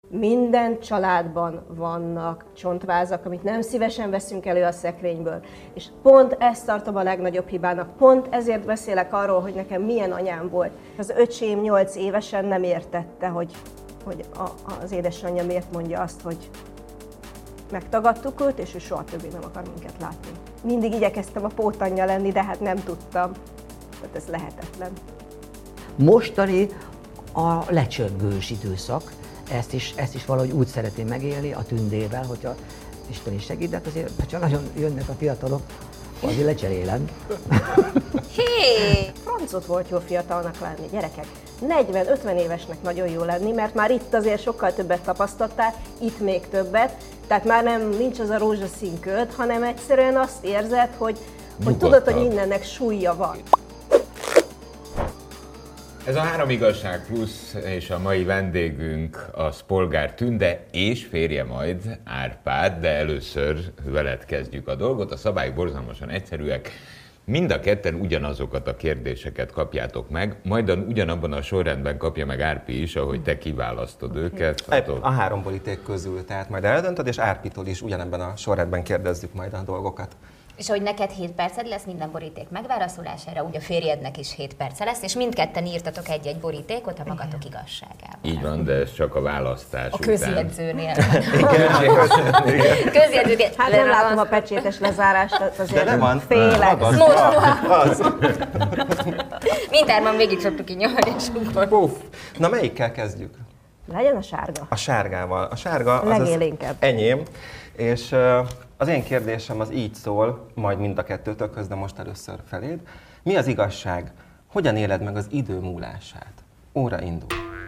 Minden családban vannak csontvázak, amit nem szívesen veszünk elő a szekrényből. És pont ezt tartom a legnagyobb hibának. Pont ezért beszélek arról, hogy nekem milyen anyám volt. Az öcsém 8 évesen nem értette, hogy az édesanyja miért mondja azt, hogy megtagadtuk őt, és ő soha többé nem akar minket látni. Mindig igyekeztem a pótanyja lenni, de hát nem tudtam. Tehát ez lehetetlen. Mostani a lecsöngős időszak, ezt is valahogy úgy szeretném megélni a Tündével, hogyha Isten is segít, de hát azért, ha nagyon jönnek a fiatalok, azért lecserélem. Hé! Francot volt jó fiatalnak lenni, gyerekek. 40-50 évesnek nagyon jó lenni, mert már itt azért sokkal többet tapasztaltál, itt még többet. Tehát már nincs az a rózsaszín köd, hanem egyszerűen azt érzed, hogy tudod, hogy mindennek súlya van. Ez a 3 igazság plusz, és a mai vendégünk az Polgár Tünde és férje majd Árpád, de először veled kezdjük a dolgot. A szabályok borzalmasan egyszerűek. Mind a ketten ugyanazokat a kérdéseket kapjátok meg, majd ugyanabban a sorrendben kapja meg Árpi is, ahogy te kiválasztod őket. A 3 boríték közül, tehát majd eldöntöd, és Árpitól is ugyanebben a sorrendben kérdezzük majd a dolgokat. És hogy neked 7 perced lesz minden boríték megválaszolására, úgy a férjednek is 7 perce lesz, és mindketten írtatok egy-egy borítékot a magatok igazságával. Így van, de ez csak a választás a után. közjegyzőnél. Közjegyzőnél. Hát nem látom a pecsétes lezárást, azért de van. félek. Mindhárman végig szoktuk így nyomni, és akkor... Na, melyikkel kezdjük? Legyen a sárga. A sárgával. A sárga az enyém, és az én kérdésem az így szól, majd mind a kettőtök, de most először feléd. Mi az igazság? Hogyan éled meg az idő múlását? Óra indul.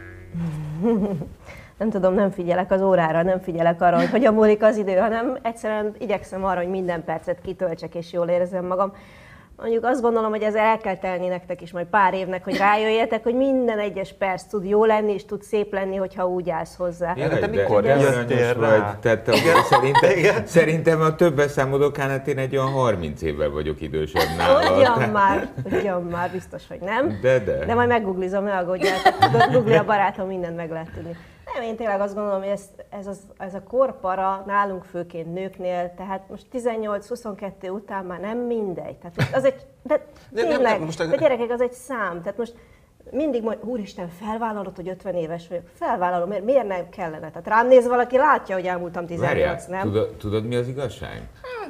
Nem tudom, nem figyelek az órára, nem figyelek arra, hogy hogyan múlik az idő, hanem egyszerűen igyekszem arra, hogy minden percet kitöltsek és jól érzem magam. Mondjuk azt gondolom, hogy ezzel el kell telni nektek is majd pár évnek, hogy rájöjjetek, hogy minden egyes perc tud jó lenni, és tud szép lenni, hogyha úgy állsz hozzá. Ja, de mikor jöttél rá? Tehát szerintem a több beszámodókán, hát én egy olyan 30 évvel vagyok idősebb nálad. Ugyan már, biztos, hogy nem. De majd meggooglizom, ne aggódjátok. Tudod, Google a barátom, mindent meg lehet tudni. Nem, én tényleg azt gondolom, hogy ez a korpara nálunk főként nőknél, tehát most 18-22 után már nem mindegy. Tehát az egy, de gyerekek, az egy szám. Tehát most mindig majd, úristen, felvállalod, hogy 50 éves vagyok. Felvállalom, miért nem kellene? Tehát rám néz valaki, látja, hogy elmúltam 18, nem? Tudod, mi az igazság?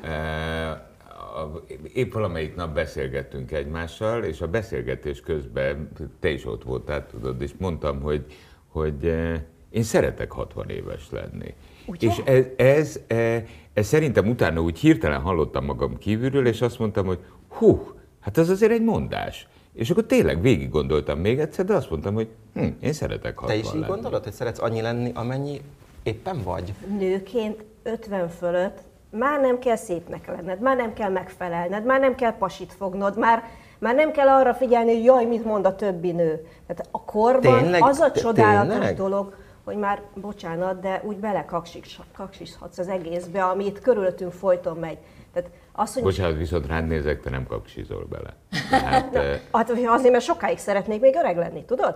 Épp valamelyik nap beszélgettünk egymással, és a beszélgetés közben te is ott voltál, tudod, és mondtam, hogy én szeretek 60 éves lenni. Ugye? És ez szerintem utána úgy hirtelen hallottam magam kívülről, és azt mondtam, hogy hát az azért egy mondás. És akkor tényleg végig gondoltam még egyszer, de azt mondtam, hogy én szeretek 60 lenni. Te is így gondolod, hogy szeretsz annyi lenni, amennyi éppen vagy? Nőként 50 fölött már nem kell szépnek lenned, már nem kell megfelelned, már nem kell pasit fognod, már nem kell arra figyelni, hogy jaj, mit mond a többi nő. Tehát a korban tényleg, az a csodálatos dolog, hogy már, bocsánat, de úgy belekaksishatsz az egészbe, ami itt körülöttünk folyton megy. Tehát azt, hogy... Bocsánat, viszont rád nézek, te nem kaksizol bele. Hát azért, mert sokáig szeretnék még öreg lenni, tudod?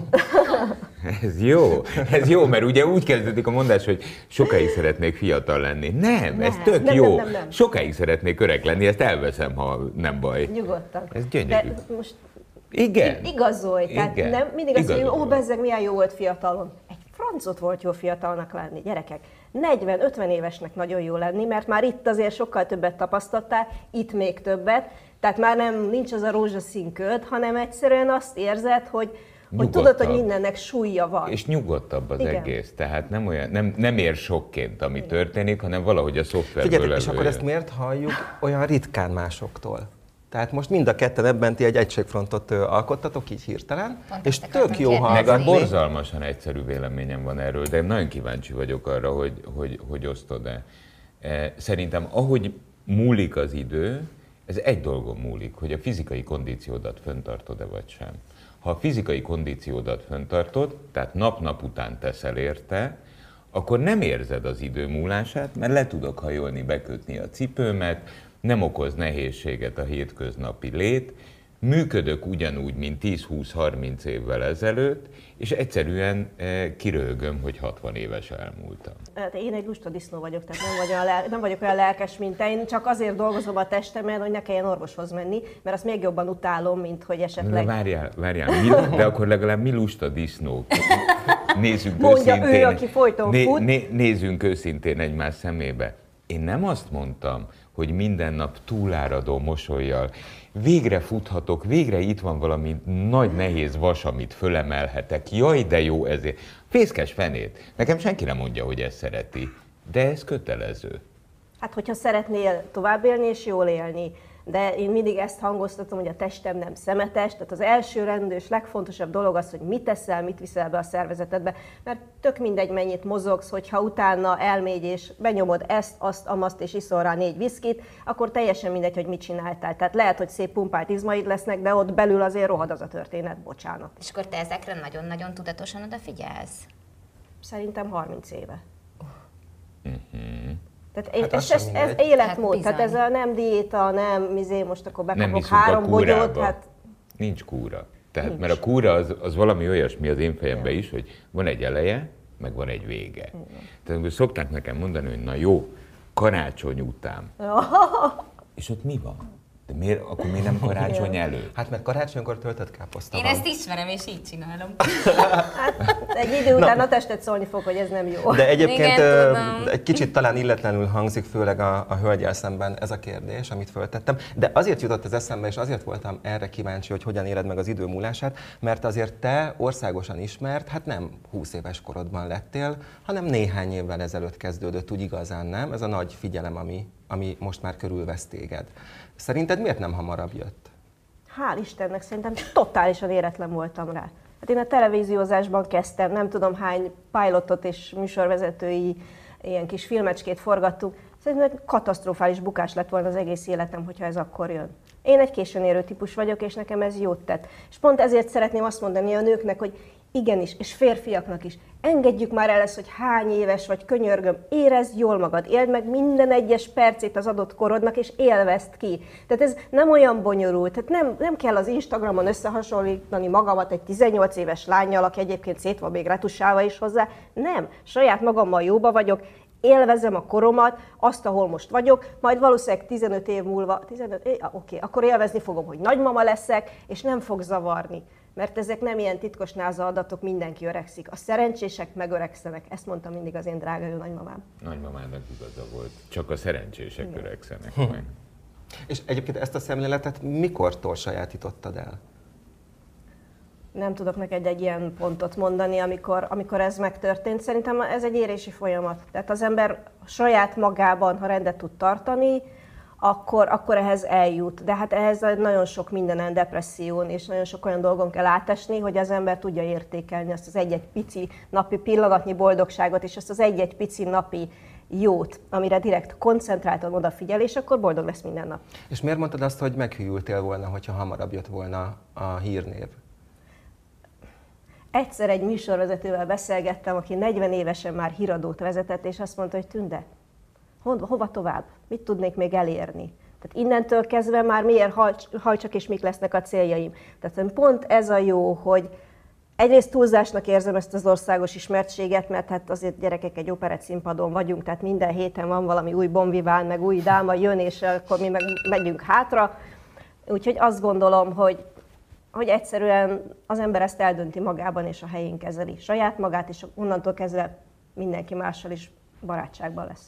Ez jó, mert ugye úgy kezdődik a mondás, hogy sokáig szeretnék fiatal lenni. Nem, ez tök jó. Nem. Sokáig szeretnék öreg lenni, ezt elveszem, ha nem baj. Nyugodtan. Ez gyönyörű. De most igen. Igazolj, tehát nem mindig azt mondjuk, hogy bezzeg, milyen jó volt fiatalon. Egy francot volt jó fiatalnak lenni, gyerekek. 40-50 évesnek nagyon jó lenni, mert már itt azért sokkal többet tapasztaltál, itt még többet. Tehát már nincs az a rózsaszín köd, hanem egyszerűen azt érzed, hogy tudod, hogy mindennek súlya van. És nyugodtabb az egész. Tehát nem ér sokként, ami történik, hanem valahogy a szoftverből előjön. És akkor ezt miért halljuk olyan ritkán másoktól? Tehát most mind a ketten ebben ti egy egységfrontot alkottatok így hirtelen, és tök jó hallgatni. Nekem borzalmasan egyszerű véleményem van erről, de nagyon kíváncsi vagyok arra, hogy osztod-e. Szerintem ahogy múlik az idő, ez egy dolgon múlik, hogy a fizikai kondíciódat fenntartod-e vagy sem. Ha a fizikai kondíciódat fenntartod, tehát nap-nap után teszel érte, akkor nem érzed az idő múlását, mert le tudok hajolni, bekötni a cipőmet, nem okoz nehézséget a hétköznapi lét, működök ugyanúgy, mint 10-20-30 évvel ezelőtt, és egyszerűen kiröhögöm, hogy 60 éves elmúltam. Hát én egy lusta disznó vagyok, tehát nem vagyok olyan lelkes, mint te. Én csak azért dolgozom a testemen, hogy ne kelljen orvoshoz menni, mert azt még jobban utálom, mint hogy esetleg... Várjál, de akkor legalább mi lusta disznók? Nézzünk mondja őszintén, ő, aki folyton fut. Nézzünk őszintén egymás szemébe. Én nem azt mondtam, hogy minden nap túláradó mosollyal végre futhatok, végre itt van valami nagy nehéz vas, amit fölemelhetek. Jaj, de jó ezért. Fészkes fenét. Nekem senki nem mondja, hogy ezt szereti, de ez kötelező. Hát, hogyha szeretnél tovább élni és jól élni, de én mindig ezt hangoztatom, hogy a testem nem szemetes, tehát az elsőrendű és legfontosabb dolog az, hogy mit teszel, mit viszel be a szervezetedbe, mert tök mindegy, mennyit mozogsz, hogyha utána elmégy és benyomod ezt, azt, amazt és iszol rá 4 viszkit, akkor teljesen mindegy, hogy mit csináltál. Tehát lehet, hogy szép pumpált izmaid lesznek, de ott belül azért rohad az a történet, bocsánat. És akkor te ezekre nagyon-nagyon tudatosan odafigyelsz? Szerintem 30 éve. Tehát Hát ez életmód, tehát ez a nem diéta, nem most akkor bekapok 3 bogyót, hát... Nincs kúra. Tehát, Nincs. mert a kúra az valami olyasmi az én fejemben is, hogy van egy eleje, meg van egy vége. Tehát szokták nekem mondani, hogy na jó, karácsony után. És ott mi van? De miért, akkor miért nem karácsony előtt? Hát mert karácsonykor töltött káposzta Én van. ezt ismerem, és így csinálom. Hát egy idő után a tested szólni fog, hogy ez nem jó. De egyébként Igen, tudom. egy kicsit talán illetlenül hangzik, főleg a hölgyel szemben ez a kérdés, amit föltettem. De azért jutott ez eszembe, és azért voltam erre kíváncsi, hogy hogyan éled meg az idő múlását, mert azért te országosan ismert, hát nem 20 éves korodban lettél, hanem néhány évvel ezelőtt kezdődött úgy igazán, nem? Ez a nagy figyelem, ami most már körülvesz téged. Szerinted miért nem hamarabb jött? Hál' Istennek, szerintem totálisan éretlen voltam rá. Hát én a televíziózásban kezdtem, nem tudom hány pilotot és műsorvezetői ilyen kis filmecskét forgattunk. Szerintem egy katasztrofális bukás lett volna az egész életem, hogyha ez akkor jön. Én egy későn érő típus vagyok, és nekem ez jót tett. És pont ezért szeretném azt mondani a nőknek, hogy igenis, és férfiaknak is, engedjük már el ezt, hogy hány éves vagy, könyörgöm, érezd jól magad, éld meg minden egyes percét az adott korodnak, és élvezd ki. Tehát ez nem olyan bonyolult, tehát nem kell az Instagramon összehasonlítani magamat egy 18 éves lánnyal, aki egyébként szét van még retusálva is hozzá. Nem, saját magammal jóba vagyok, élvezem a koromat, azt, ahol most vagyok, majd valószínűleg 15 év múlva, akkor élvezni fogom, hogy nagymama leszek, és nem fog zavarni. Mert ezek nem ilyen titkos náza adatok, mindenki öregszik. A szerencsések megöregszenek. Ezt mondta mindig az én drága jó nagymamám. Nagymamának igaza volt. Csak a szerencsések öregszenek meg. És egyébként ezt a szemléletet mikortól sajátítottad el? Nem tudok neked egy ilyen pontot mondani, amikor ez megtörtént. Szerintem ez egy érési folyamat. Tehát az ember saját magában, ha rendet tud tartani, akkor ehhez eljut. De hát ehhez nagyon sok mindenen, depresszión és nagyon sok olyan dolgon kell átesni, hogy az ember tudja értékelni azt az egy-egy pici napi pillanatnyi boldogságot, és azt az egy-egy pici napi jót, amire direkt koncentráltan odafigyel, és akkor boldog lesz minden nap. És miért mondtad azt, hogy meghűltél volna, hogyha hamarabb jött volna a hírnév? Egyszer egy műsorvezetővel beszélgettem, aki 40 évesen már híradót vezetett, és azt mondta, hogy Tünde, hova tovább? Mit tudnék még elérni? Tehát innentől kezdve már miért hajtsak és mik lesznek a céljaim. Tehát pont ez a jó, hogy egyrészt túlzásnak érzem ezt az országos ismertséget, mert hát azért gyerekek egy operett színpadon vagyunk, tehát minden héten van valami új Bonviván, meg új dáma jön, és akkor mi meg megyünk hátra. Úgyhogy azt gondolom, hogy egyszerűen az ember ezt eldönti magában, és a helyén kezeli saját magát, és onnantól kezdve mindenki mással is barátságban lesz.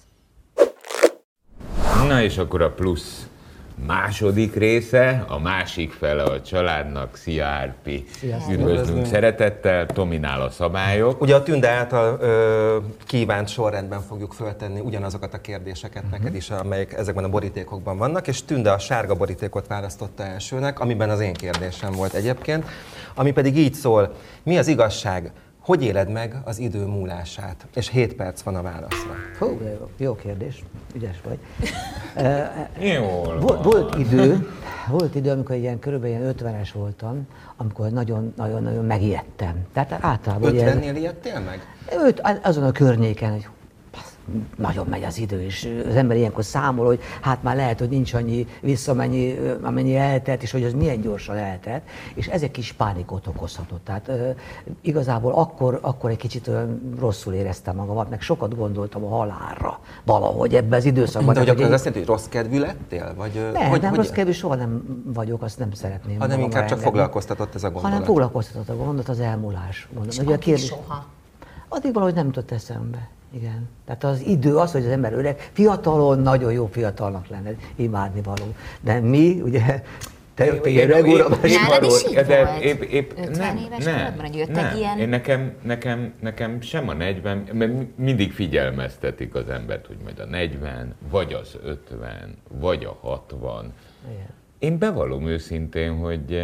Na és akkor a plusz második része, a másik fele a családnak. Szia Árpi! Üdvözlünk szeretettel, Tominál a szabályok. Ugye a Tünde által kívánt sorrendben fogjuk föltenni ugyanazokat a kérdéseket neked is, amelyek ezekben a borítékokban vannak, és Tünde a sárga borítékot választotta elsőnek, amiben az én kérdésem volt egyébként, ami pedig így szól: mi az igazság? Hogy éled meg az idő múlását? És 7 perc van a válaszra. Hú, jó kérdés, ügyes vagy. Jól van. Volt idő, amikor ilyen körülbelül ilyen 50-es voltam, amikor nagyon-nagyon megijedtem. Tehát általában 50-nél ijedtél meg? azon a környéken, hogy nagyon megy az idő, és az ember ilyenkor számol, hogy hát már lehet, hogy nincs annyi visszamennyi, amennyi eltelt, és hogy az milyen gyorsan eltelt, és ez egy kis pánikot okozhatott. Tehát igazából akkor egy kicsit olyan rosszul éreztem magamat, meg sokat gondoltam a halálra valahogy ebben az időszakban. De hogy akkor az azt jelenti, hogy rossz kedvű lettél? Vagy, nem rossz kedvű, soha nem vagyok, azt nem szeretném. Hanem inkább csak foglalkoztatott ez a gondolat. Hanem foglalkoztatott a gondolat, az elmúlás. És addig soha? Addig valahogy nem jutott eszembe. Igen. Tehát az idő az, hogy az ember öreg, fiatalon nagyon jó fiatalnak lenne, imádnivaló. De mi, ugye, te öreg úr, nálad is így volt? 50 éves korodban, hogy jött egy ilyen... Nekem sem a 40, mert mindig figyelmeztetik az embert, hogy majd a 40, vagy az 50, vagy a 60. Igen. Én bevallom őszintén,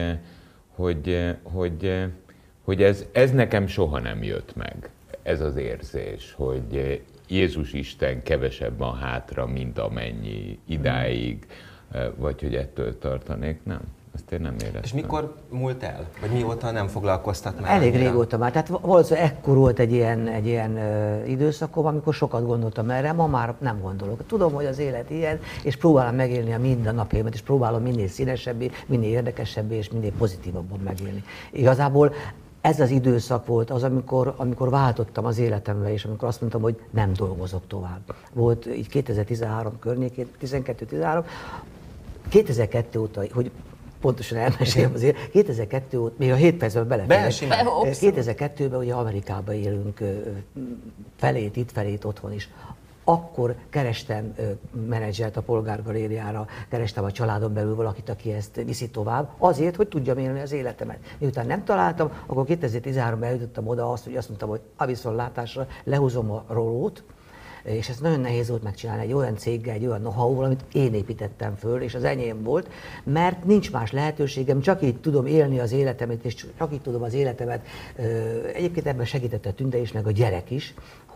hogy ez nekem soha nem jött meg. Ez az érzés, hogy Jézus Isten kevesebb van hátra, mint amennyi idáig, vagy hogy ettől tartanék, nem. Ezt én nem éreztem. És mikor múlt el? Vagy mióta nem foglalkoztat már? Elég régóta már. Tehát valószínűleg ekkor volt egy ilyen időszakom, amikor sokat gondoltam erre, ma már nem gondolok. Tudom, hogy az élet ilyen, és próbálom megélni a mindennapjaimat, és próbálom minél színesebbé, minél érdekesebbé, és minél pozitívabban megélni. Igazából ez az időszak volt az, amikor váltottam az életembe, és amikor azt mondtam, hogy nem dolgozok tovább. Volt így 2013 környékén, 12-13, 2002 óta, hogy pontosan elmeséljem azért, 2002 óta, még a 7 percben beleférek. 2002-ben ugye Amerikában élünk, felét itt, felét otthon is. Akkor kerestem menedzsert a Polgárgalériára, kerestem a családon belül valakit, aki ezt viszi tovább, azért, hogy tudjam élni az életemet. Miután nem találtam, akkor 2013-ban eljutottam oda azt mondtam, hogy a viszontlátásra lehúzom a rolót, és ez nagyon nehéz volt megcsinálni egy olyan céggel, egy olyan know-how-val, amit én építettem föl, és az enyém volt, mert nincs más lehetőségem, csak így tudom élni az életemet, és csak így tudom az életemet. Egyébként ebben segített a Tünde is, meg a gyerek is,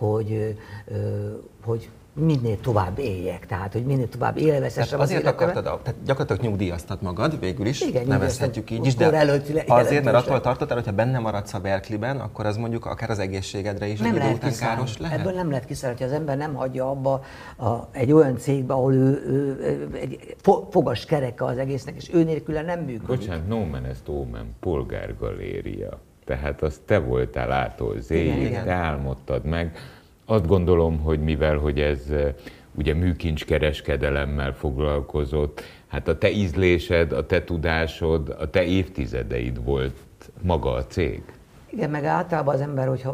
hogy minél tovább éljek, tehát hogy minél tovább élvezhessem az életemet. Azért akartad, tehát gyakorlatilag nyugdíjaztad magad végül is, igen, nevezhetjük így is, de azért, mert attól tartottál, hogyha benne maradsz a Berkeleyben, akkor az mondjuk akár az egészségedre is egy idő után káros lehet? Ebből nem lehet kiszállni, hogy az ember nem hagyja abba egy olyan cégbe, ahol ő egy fogas kereke az egésznek, és ő nélküle nem működik. Bocsánat, nomen est omen, Polgárgaléria. Tehát az te voltál ától zéig, te álmodtad meg. Azt gondolom, hogy mivel hogy ez ugye műkincskereskedelemmel foglalkozott, hát a te ízlésed, a te tudásod, a te évtizedeid volt maga a cég. Igen, meg általában az ember, hogyha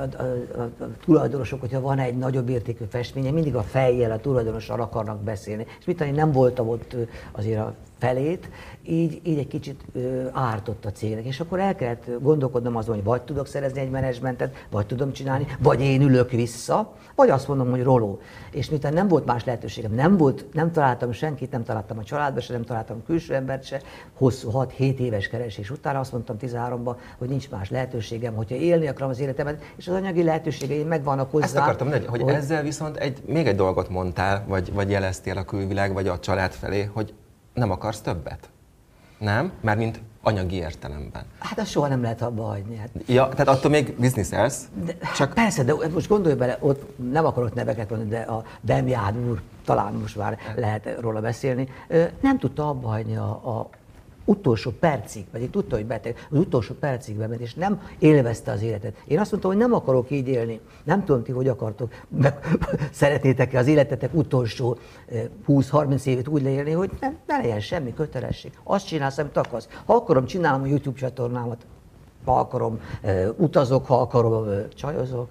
a tulajdonosok, hogyha van egy nagyobb értékű festménye, mindig a fejjel, a tulajdonossal akarnak beszélni. És mit tudom, nem voltam ott azért a felét, így egy kicsit ártott a cégnek. És akkor el kellett gondolkodnom azon, hogy vagy tudok szerezni egy menedzsmentet, vagy tudom csinálni, vagy én ülök vissza, vagy azt mondom, hogy roló. És miután nem volt más lehetőségem, nem találtam senkit, nem találtam a családba se, nem találtam külső embert se, hosszú 6-7 éves keresés után azt mondtam 13-ban, hogy nincs más lehetőségem, hogyha élni akarom az életemet, és az anyagi lehetőségeim megvannak hozzá. Ezt akartam mondani, hogy ezzel viszont még egy dolgot mondtál, vagy jeleztél a külvilág, vagy a család felé, hogy nem akarsz többet. Nem? Mármint anyagi értelemben. Hát azt soha nem lehet abba hagyni. Hát. Ja, tehát attól még bizniszelsz? Csak... Persze, de most gondolj bele, ott nem akarok neveket mondani, de a Demján úr, talán most már lehet róla beszélni, nem tudta abba hagyni a utolsó percig, pedig tudta, hogy beteg, az utolsó percig bement, és nem élvezte az életet. Én azt mondtam, hogy nem akarok így élni. Nem tudom ti, hogy akartok, szeretnétek-e az életetek utolsó 20-30 évét úgy leélni, hogy ne legyen semmi kötelesség. Azt csinálsz, amit akarsz. Ha akarom, csinálom a YouTube csatornámat. Ha akarom, utazok, ha akarom, csajozok.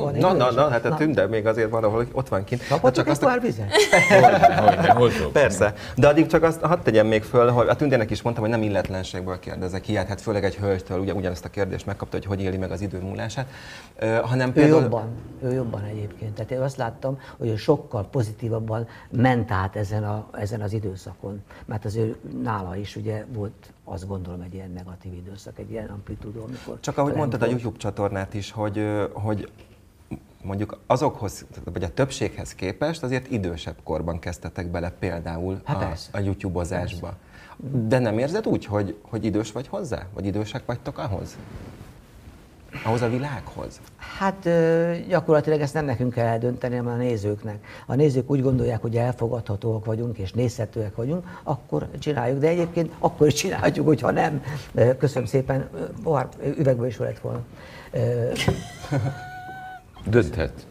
Hát a Tünde még azért van, ahol ott van kint. Kaphatok egy pár vizet? Persze. De addig csak azt hadd tegyem még föl, hogy a Tündének is mondtam, hogy nem illetlenségből kérdezek ilyet, hát főleg egy hölgytől ugyanezt a kérdést megkapta, hogy éli meg az idő múlását. Hanem például... Ő jobban egyébként. Tehát én azt láttam, hogy ő sokkal pozitívabban ment át ezen az időszakon. Mert azért nála is ugye volt, azt gondolom, egy ilyen negatív időszak, egy ilyen amplitúdó, amikor... Csak ahogy mondtad a YouTube csatornát is, hogy mondjuk azokhoz, vagy a többséghez képest azért idősebb korban kezdtetek bele például a YouTube-ozásba. De nem érzed úgy, hogy idős vagy hozzá? Vagy idősek vagytok ahhoz? ahhoz a világhoz? Hát gyakorlatilag ezt nem nekünk kell eldönteni, hanem a nézőknek. A nézők úgy gondolják, hogy elfogadhatóak vagyunk és nézhetőek vagyunk, akkor csináljuk, de egyébként akkor is csináljuk, hogyha nem. Köszönöm szépen, üvegből is lett volna. Dönthet.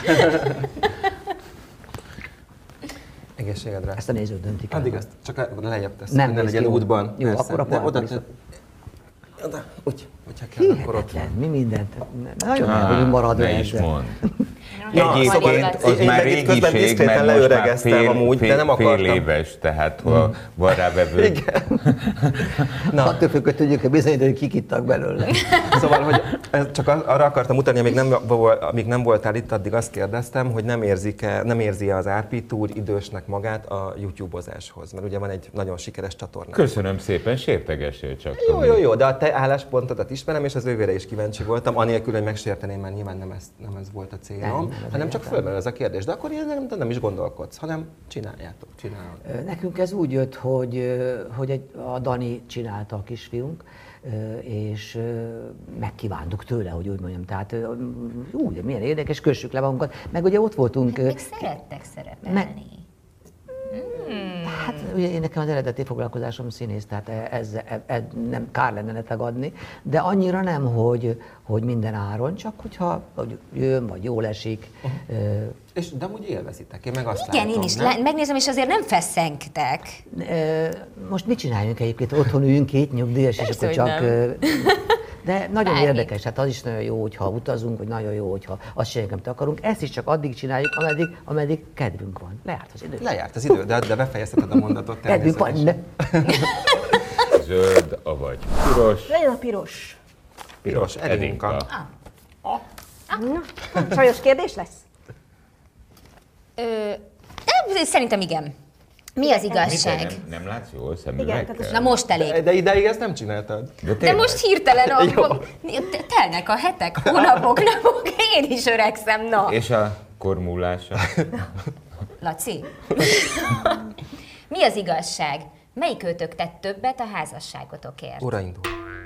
Egészségedre. Ezt a nézők döntik el. Addig ezt csak lejjebb tesz, nem ne legyen útban. Jó, persze. akkor a oda úgy, hogyha kell, akkor ott van. Mi mindent. Nagyon el vagyunk maradva ne is ezzel. mond. Egyébként az már régiség, mert most már fél éves, tehát van rá vevő. Attól függ, hogy tudjuk, hogy bizonyítani, hogy kik ittak belőle. Szóval, hogy csak arra akartam mutatni, amíg nem voltál itt, addig azt kérdeztem, hogy nem érzi az Árpi túl idősnek magát a YouTube-ozáshoz, mert ugye van egy nagyon sikeres csatorna. Köszönöm szépen, sértegessél csak. Jó, de a te álláspontodat ismerem, és az ővére is kíváncsi voltam, anélkül, hogy megsérteném, mert nyilván nem ez volt a célom, hanem csak fölmerül ez a kérdés. De akkor ilyen nem is gondolkodsz, hanem csinálod. Nekünk ez úgy jött, hogy a Dani csinálta a kisfiunk, és megkívántuk tőle, hogy úgy mondjam. Tehát úgy, milyen érdekes, kössük le magunkat. Meg ugye ott voltunk... Még szerettek szerepelni. Hát ugye én nekem az eredeti foglalkozásom színész, tehát ez nem kár lenne tagadni, de annyira nem, hogy minden áron, csak hogyha jön, vagy jól esik. De amúgy élvezitek, én meg azt igen, látom, én is nem? megnézem, és azért nem feszengtek. Most mit csináljunk egyébként? Otthon üljünk két nyugdíjas, és akkor csak... De nagyon érdekes, hát az is nagyon jó, hogyha utazunk, vagy nagyon jó, hogyha azt csináljuk, amit akarunk. Ezt is csak addig csináljuk, ameddig kedvünk van. Lejárt az idő. Lejárt az idő, de befejezheted a mondatot. Kedvünk van, ne. Zöld, avagy piros. Legyen a piros. Piros, Edinka. Sajnos kérdés lesz? Szerintem igen. Mi az igazság? Nem látsz jól Igen, szemüvegkel? tehát Na most elég. De ideig ezt nem csináltad. De most hirtelen telnek a hetek, hónapok, napok, én is öregszem, na. És a kormúlása? Laci? Mi az igazság? Melyik őtök tett többet a házasságotokért? Óra indul.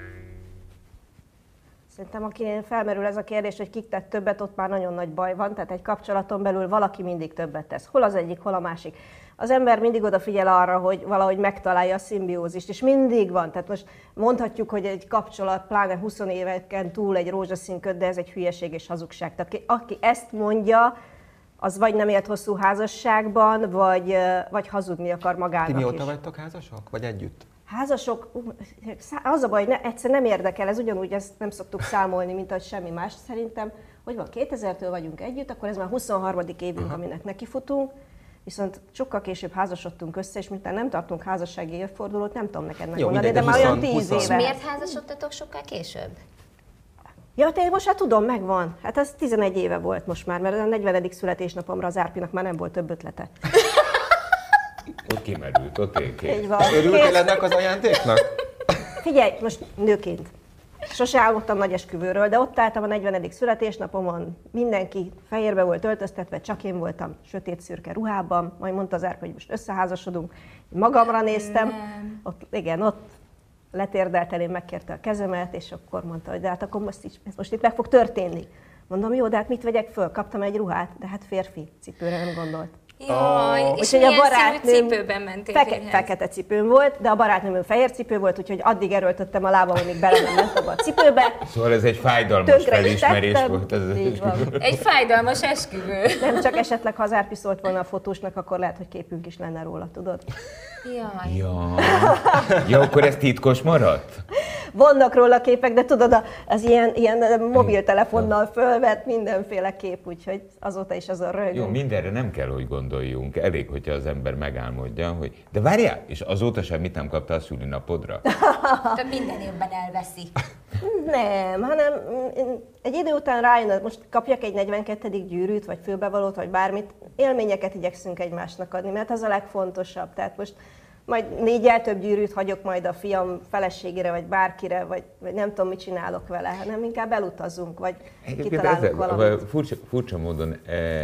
Szerintem akinél felmerül ez a kérdés, hogy kik tett többet, ott már nagyon nagy baj van, tehát egy kapcsolaton belül valaki mindig többet tesz. Hol az egyik, hol a másik. Az ember mindig odafigyel arra, hogy valahogy megtalálja a szimbiózist, és mindig van. Tehát most mondhatjuk, hogy egy kapcsolat, pláne 20 éveken túl egy rózsaszín köd, de ez egy hülyeség és hazugság. Tehát aki ezt mondja, az vagy nem élt hosszú házasságban, vagy hazudni akar magának is. Ti mióta vagytok házasok? Vagy együtt? Házasok, az a baj, hogy egyszer nem érdekel, ez ugyanúgy, ezt nem szoktuk számolni, mint ahogy semmi más. Szerintem, hogy van, 2000-től vagyunk együtt, akkor ez már 23. évünk, aminek nekifutunk, viszont sokkal később házasodtunk össze, és miután nem tartunk házassági évfordulót, nem tudom neked megmondani, de már olyan 10 éve. Miért házasodtatok sokkal később? Ja, te most hát tudom, megvan. Hát az 11 éve volt most már, mert a 40. születésnapomra az Árpinak már nem volt több ötlete. Ott kimerült, ott én Így van. Örültél ennek az ajándéknak? Figyelj, most nőként. Sose álmodtam nagy esküvőről, de ott álltam a 40. születésnapomon, mindenki fehérbe volt öltöztetve, csak én voltam sötét-szürke ruhában, majd mondta az Árpi, hogy most összeházasodunk. Magamra néztem, ott letérdelt elém, megkérte a kezemet, és akkor mondta, hogy de hát akkor most itt meg fog történni. Mondom, jó, de hát mit vegyek föl? Kaptam egy ruhát, de hát férfi cipőre nem gondolt. Jaj, és milyen színű cipőben mentél férjhez? Fekete cipőm volt, de a barátnőm fehér cipő volt, úgyhogy addig erőltettem a lábam, amíg bele nem ment abba a cipőbe. Szóval ez egy fájdalmas felismerés volt. Egy fájdalmas esküvő. Nem csak esetleg, ha az Árpi szólt volna a fotósnak, akkor lehet, hogy képünk is lenne róla, tudod? Jaj. Ja, akkor ez titkos maradt? Vannak róla képek, de tudod, az ilyen mobiltelefonnal fölvett mindenféle kép, úgyhogy azóta is azon rögünk. Jó, mindenre nem kell, hogy gondoljunk. Elég, hogyha az ember megálmodja, hogy de várjál, és azóta semmit nem kaptál a szülinapodra? Te minden évben elveszi. Nem, hanem egy idő után rájön, most kapjak egy 42. gyűrűt, vagy fülbevalót, vagy bármit, élményeket igyekszünk egymásnak adni, mert az a legfontosabb. Tehát most majd 4-jel több gyűrűt hagyok majd a fiam feleségére, vagy bárkire, vagy nem tudom, mit csinálok vele, hanem inkább elutazunk, vagy kitalálunk valamit. Furcsa módon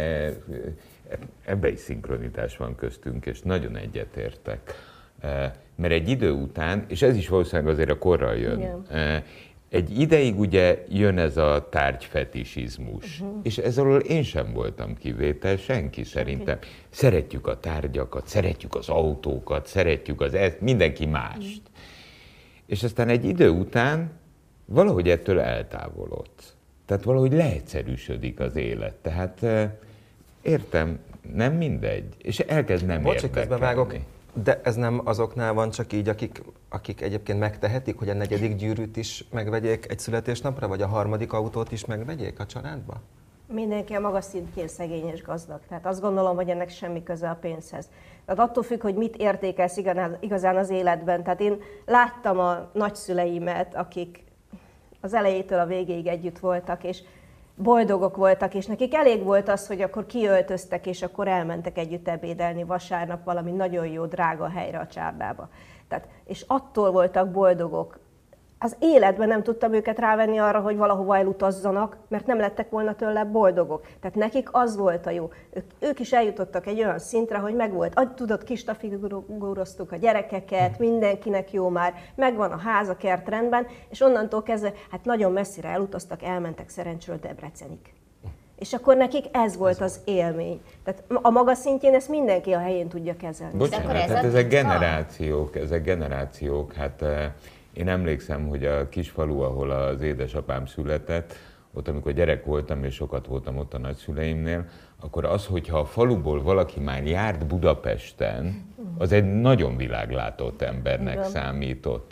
ebbe is szinkronitás van köztünk, és nagyon egyetértek. Mert egy idő után, és ez is valószínűleg azért a korral jön, egy ideig ugye jön ez a tárgyfetisizmus, és ez alól én sem voltam kivétel, senki szerintem. Szeretjük a tárgyakat, szeretjük az autókat, szeretjük mindenki mást. És aztán egy idő után valahogy ettől eltávolodsz. Tehát valahogy leegyszerűsödik az élet. Tehát értem, nem mindegy. És elkezd nem érdekelni. De ez nem azoknál van csak így, akik egyébként megtehetik, hogy a 4. gyűrűt is megvegyék egy születésnapra, vagy a 3. autót is megvegyék a családba? Mindenki a magas szintjén szegény és gazdag. Tehát azt gondolom, hogy ennek semmi köze a pénzhez. Tehát attól függ, hogy mit értékelsz igazán az életben. Tehát én láttam a nagyszüleimet, akik az elejétől a végéig együtt voltak, és boldogok voltak, és nekik elég volt az, hogy akkor kiöltöztek, és akkor elmentek együtt ebédelni vasárnap valami nagyon jó, drága helyre a csárdába. Tehát, és attól voltak boldogok. Az életben nem tudtam őket rávenni arra, hogy valahova elutazzanak, mert nem lettek volna tőle boldogok. Tehát nekik az volt a jó. Ők is eljutottak egy olyan szintre, hogy megvolt. Tudod, kistafiguroztuk a gyerekeket, mindenkinek jó már, megvan a ház, a kert rendben, és onnantól kezdve hát nagyon messzire elutaztak, elmentek szerencsről Debrecenig. És akkor nekik ez volt az élmény. Tehát a magas szintjén ezt mindenki a helyén tudja kezelni. Bocsánat, hát ezek generációk, hát én emlékszem, hogy a kis falu, ahol az édesapám született, ott amikor gyerek voltam, és sokat voltam ott a nagyszüleimnél, akkor az, hogyha a faluból valaki már járt Budapesten, az egy nagyon világlátott embernek számított.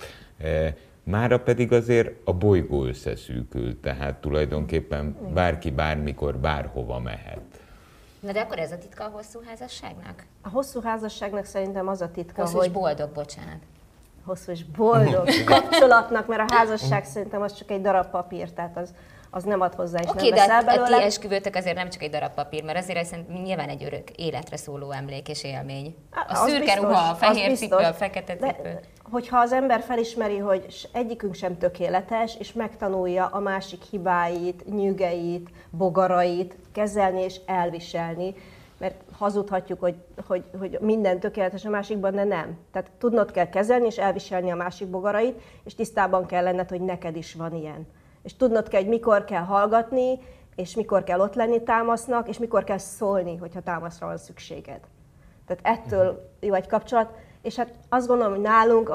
Mára pedig azért a bolygó összeszűkült, tehát tulajdonképpen bárki bármikor bárhova mehet. Na de akkor ez a titka a hosszú házasságnak? A hosszú házasságnak szerintem az a titka, hosszú hogy... és boldog, bocsánat. Hosszú és boldog kapcsolatnak, mert a házasság szerintem az csak egy darab papír, tehát az nem ad hozzá, és nem veszel belőle. Oké, de a ti esküvőtök azért nem csak egy darab papír, mert azért szerintem nyilván egy örök életre szóló emlék és élmény. A szürke ruha, a fehér cipő, a fekete cipő. Hogyha az ember felismeri, hogy egyikünk sem tökéletes, és megtanulja a másik hibáit, nyűgeit, bogarait kezelni és elviselni, mert hazudhatjuk, hogy minden tökéletes a másikban, de nem. Tehát tudnod kell kezelni és elviselni a másik bogarait, és tisztában kell lenned, hogy neked is van ilyen. És tudnod kell, hogy mikor kell hallgatni, és mikor kell ott lenni támasznak, és mikor kell szólni, hogyha támaszra van szükséged. Tehát ettől jó egy kapcsolat. És hát azt gondolom, hogy nálunk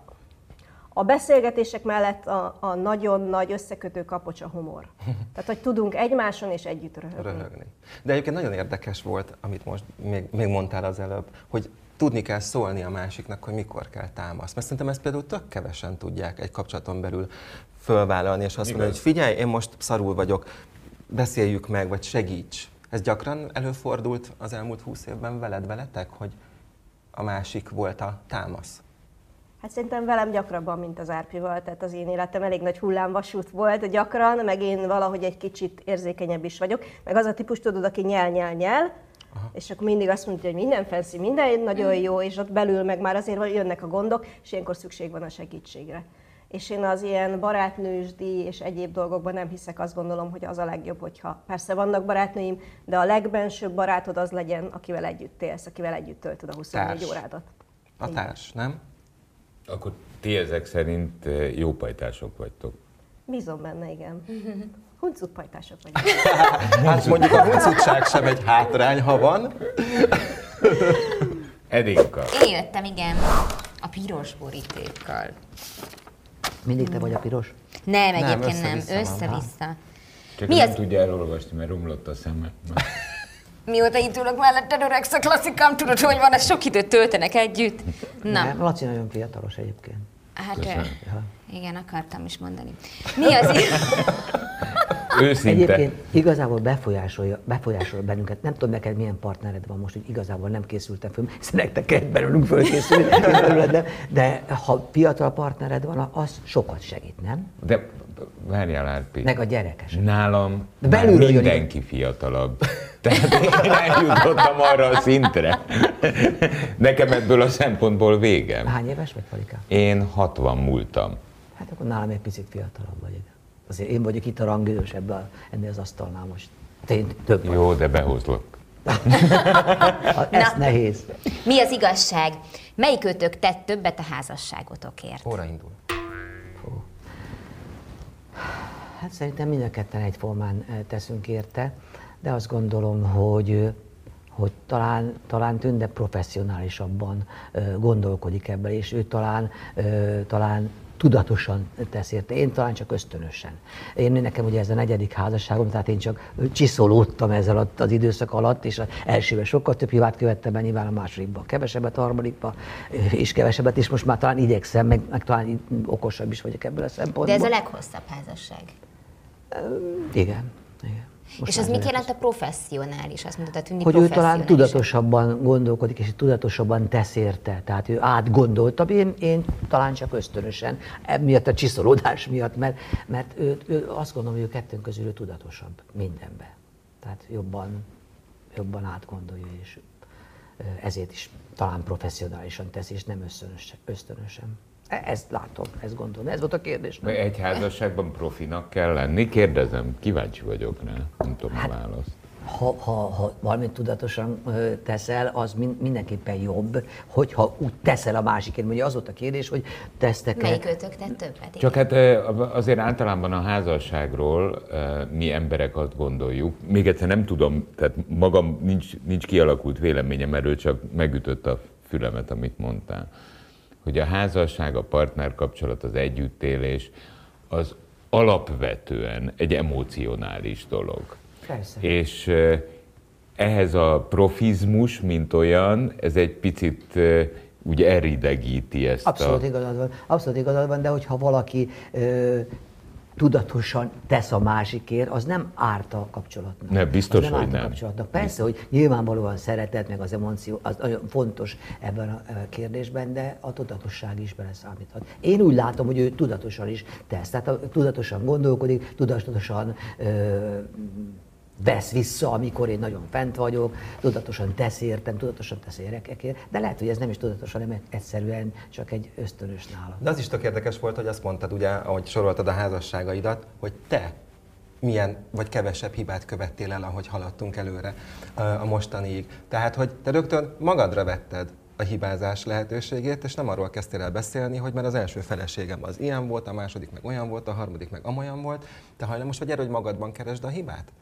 a beszélgetések mellett a nagyon nagy összekötő kapocs a humor. Tehát, hogy tudunk egymáson és együtt röhögni. De egyébként nagyon érdekes volt, amit most még mondtál az előbb, hogy tudni kell szólni a másiknak, hogy mikor kell támasz. Mert szerintem ezt például tök kevesen tudják egy kapcsolaton belül fölvállalni, és azt mondani, hogy figyelj, én most szarul vagyok, beszéljük meg, vagy segíts. Ez gyakran előfordult az elmúlt 20 évben veletek, hogy a másik volt a támasz? Hát szerintem velem gyakrabban, mint az Árpival, tehát az én életem elég nagy hullámvasút volt gyakran, meg én valahogy egy kicsit érzékenyebb is vagyok, meg az a típus, tudod, aki nyel, és akkor mindig azt mondja, hogy minden fancy, minden nagyon jó, és ott belül meg már azért jönnek a gondok, és ilyenkor szükség van a segítségre. És én az ilyen barátnősdi és egyéb dolgokban nem hiszek, azt gondolom, hogy az a legjobb, hogyha persze vannak barátnőim, de a legbensőbb barátod az legyen, akivel együtt élsz, akivel együtt töltöd a 24 órádat. A társ, nem? Akkor ti ezek szerint jó pajtások vagytok. Bízom benne, igen. Huncut pajtások vagyunk. Hát mondjuk a huncutság sem egy hátrány, ha van. Edinka. Én jöttem, igen, a piros borítékkal. Mindig te vagy a piros? Nem, egyébként nem. Össze-vissza. Csak nem tudja elolvasni, mert romlott a szeme. Mióta itt ülök melletted, öregsz a klasszikám, tudod, hogy van, ez sok időt töltenek együtt. Na. Nem, Laci nagyon fiatalos egyébként. Hát, igen, akartam is mondani. Mi az Őszinte. Egyébként igazából befolyásol bennünket. Nem tudom neked milyen partnered van most, hogy igazából nem készültem föl, hiszen nektek kell belőlünk fölkészülni, de ha fiatal partnered van, az sokat segít, nem? De várjál, Árpi. Meg a gyerekes. Nálam mindenki fiatalabb. Tehát én eljutottam arra a szintre. Nekem ebből a szempontból végem. Hány éves vagy, Palikám? Én 60 múltam. Hát akkor nálam egy picit fiatalabb vagy. Azért én vagyok itt a rangidős ennél az asztalnál most. Több. Jó, de behozlak. Ez nehéz. Mi az igazság? Melyikőtök tett többet a házasságotokért? Óra indul. Hát szerintem mind a ketten egyformán teszünk érte, de azt gondolom, hogy talán Tünde professzionálisabban gondolkodik ebben, és ő talán tudatosan tesz érte. Én talán csak ösztönösen. Nekem ugye ez a 4. házasságom, tehát én csak csiszolódtam ezzel az időszak alatt, és az elsőben sokkal több hibát követtem el, nyilván a másodikban kevesebbet, a harmadikban és kevesebbet, és most már talán igyekszem, meg talán okosabb is vagyok ebből a szempontból. De ez a leghosszabb házasság. Igen. Most és ez mit jelent a professzionális? Azt mondtad, Tündi hogy ő talán tudatosabban gondolkodik, és tudatosabban tesz érte. Tehát ő átgondoltabb, én talán csak ösztönösen, miatt a csiszolódás miatt, mert ő azt gondolom, hogy ő kettőnk közül ő tudatosabb mindenben. Tehát jobban átgondolja, és ezért is talán professzionálisan tesz, és nem ösztönösen. Ezt látom, ezt gondolom. Ez volt a kérdés. Nem? Egy házasságban profinak kell lenni? Kérdezem, kíváncsi vagyok rá, nem tudom a választ. Ha valamit tudatosan teszel, az mindenképpen jobb, hogyha úgy teszel a másikért. Ugye az volt a kérdés, hogy tesztek-e... Melyik őtök tett többet? Csak hát azért általában a házasságról mi emberek azt gondoljuk, még egyszer nem tudom, tehát magam nincs kialakult véleményem erről, csak megütött a fülemet, amit mondtál. Hogy a házasság, a partnerkapcsolat, az együttélés, az alapvetően egy emocionális dolog. Persze. És ehhez a profizmus, mint olyan, ez egy picit úgy elridegíti ezt Abszolút igazad van, de hogyha valaki tudatosan tesz a másikért, az nem árt a kapcsolatnak. Ne, biztos, hogy nem. Persze, hogy nyilvánvalóan szeretet, meg az emóció, az nagyon fontos ebben a kérdésben, de a tudatosság is beleszámíthat. Én úgy látom, hogy ő tudatosan is tesz, tehát tudatosan gondolkodik, tudatosan vesz vissza, amikor én nagyon fent vagyok, tudatosan tesz értem, tudatosan tesz gyerekekért, de lehet, hogy ez nem is tudatosan, hanem egyszerűen csak egy ösztönös nála. De az is tök érdekes volt, hogy azt mondtad, ugye, ahogy soroltad a házasságaidat, hogy te milyen vagy kevesebb hibát követtél el, ahogy haladtunk előre a mostaniig. Tehát, hogy te rögtön magadra vetted a hibázás lehetőségét, és nem arról kezdtél el beszélni, hogy mert az első feleségem az ilyen volt, a második meg olyan volt, a harmadik meg amolyan volt. Te hajlamos vagy erre, hogy magadban keresd a hibát?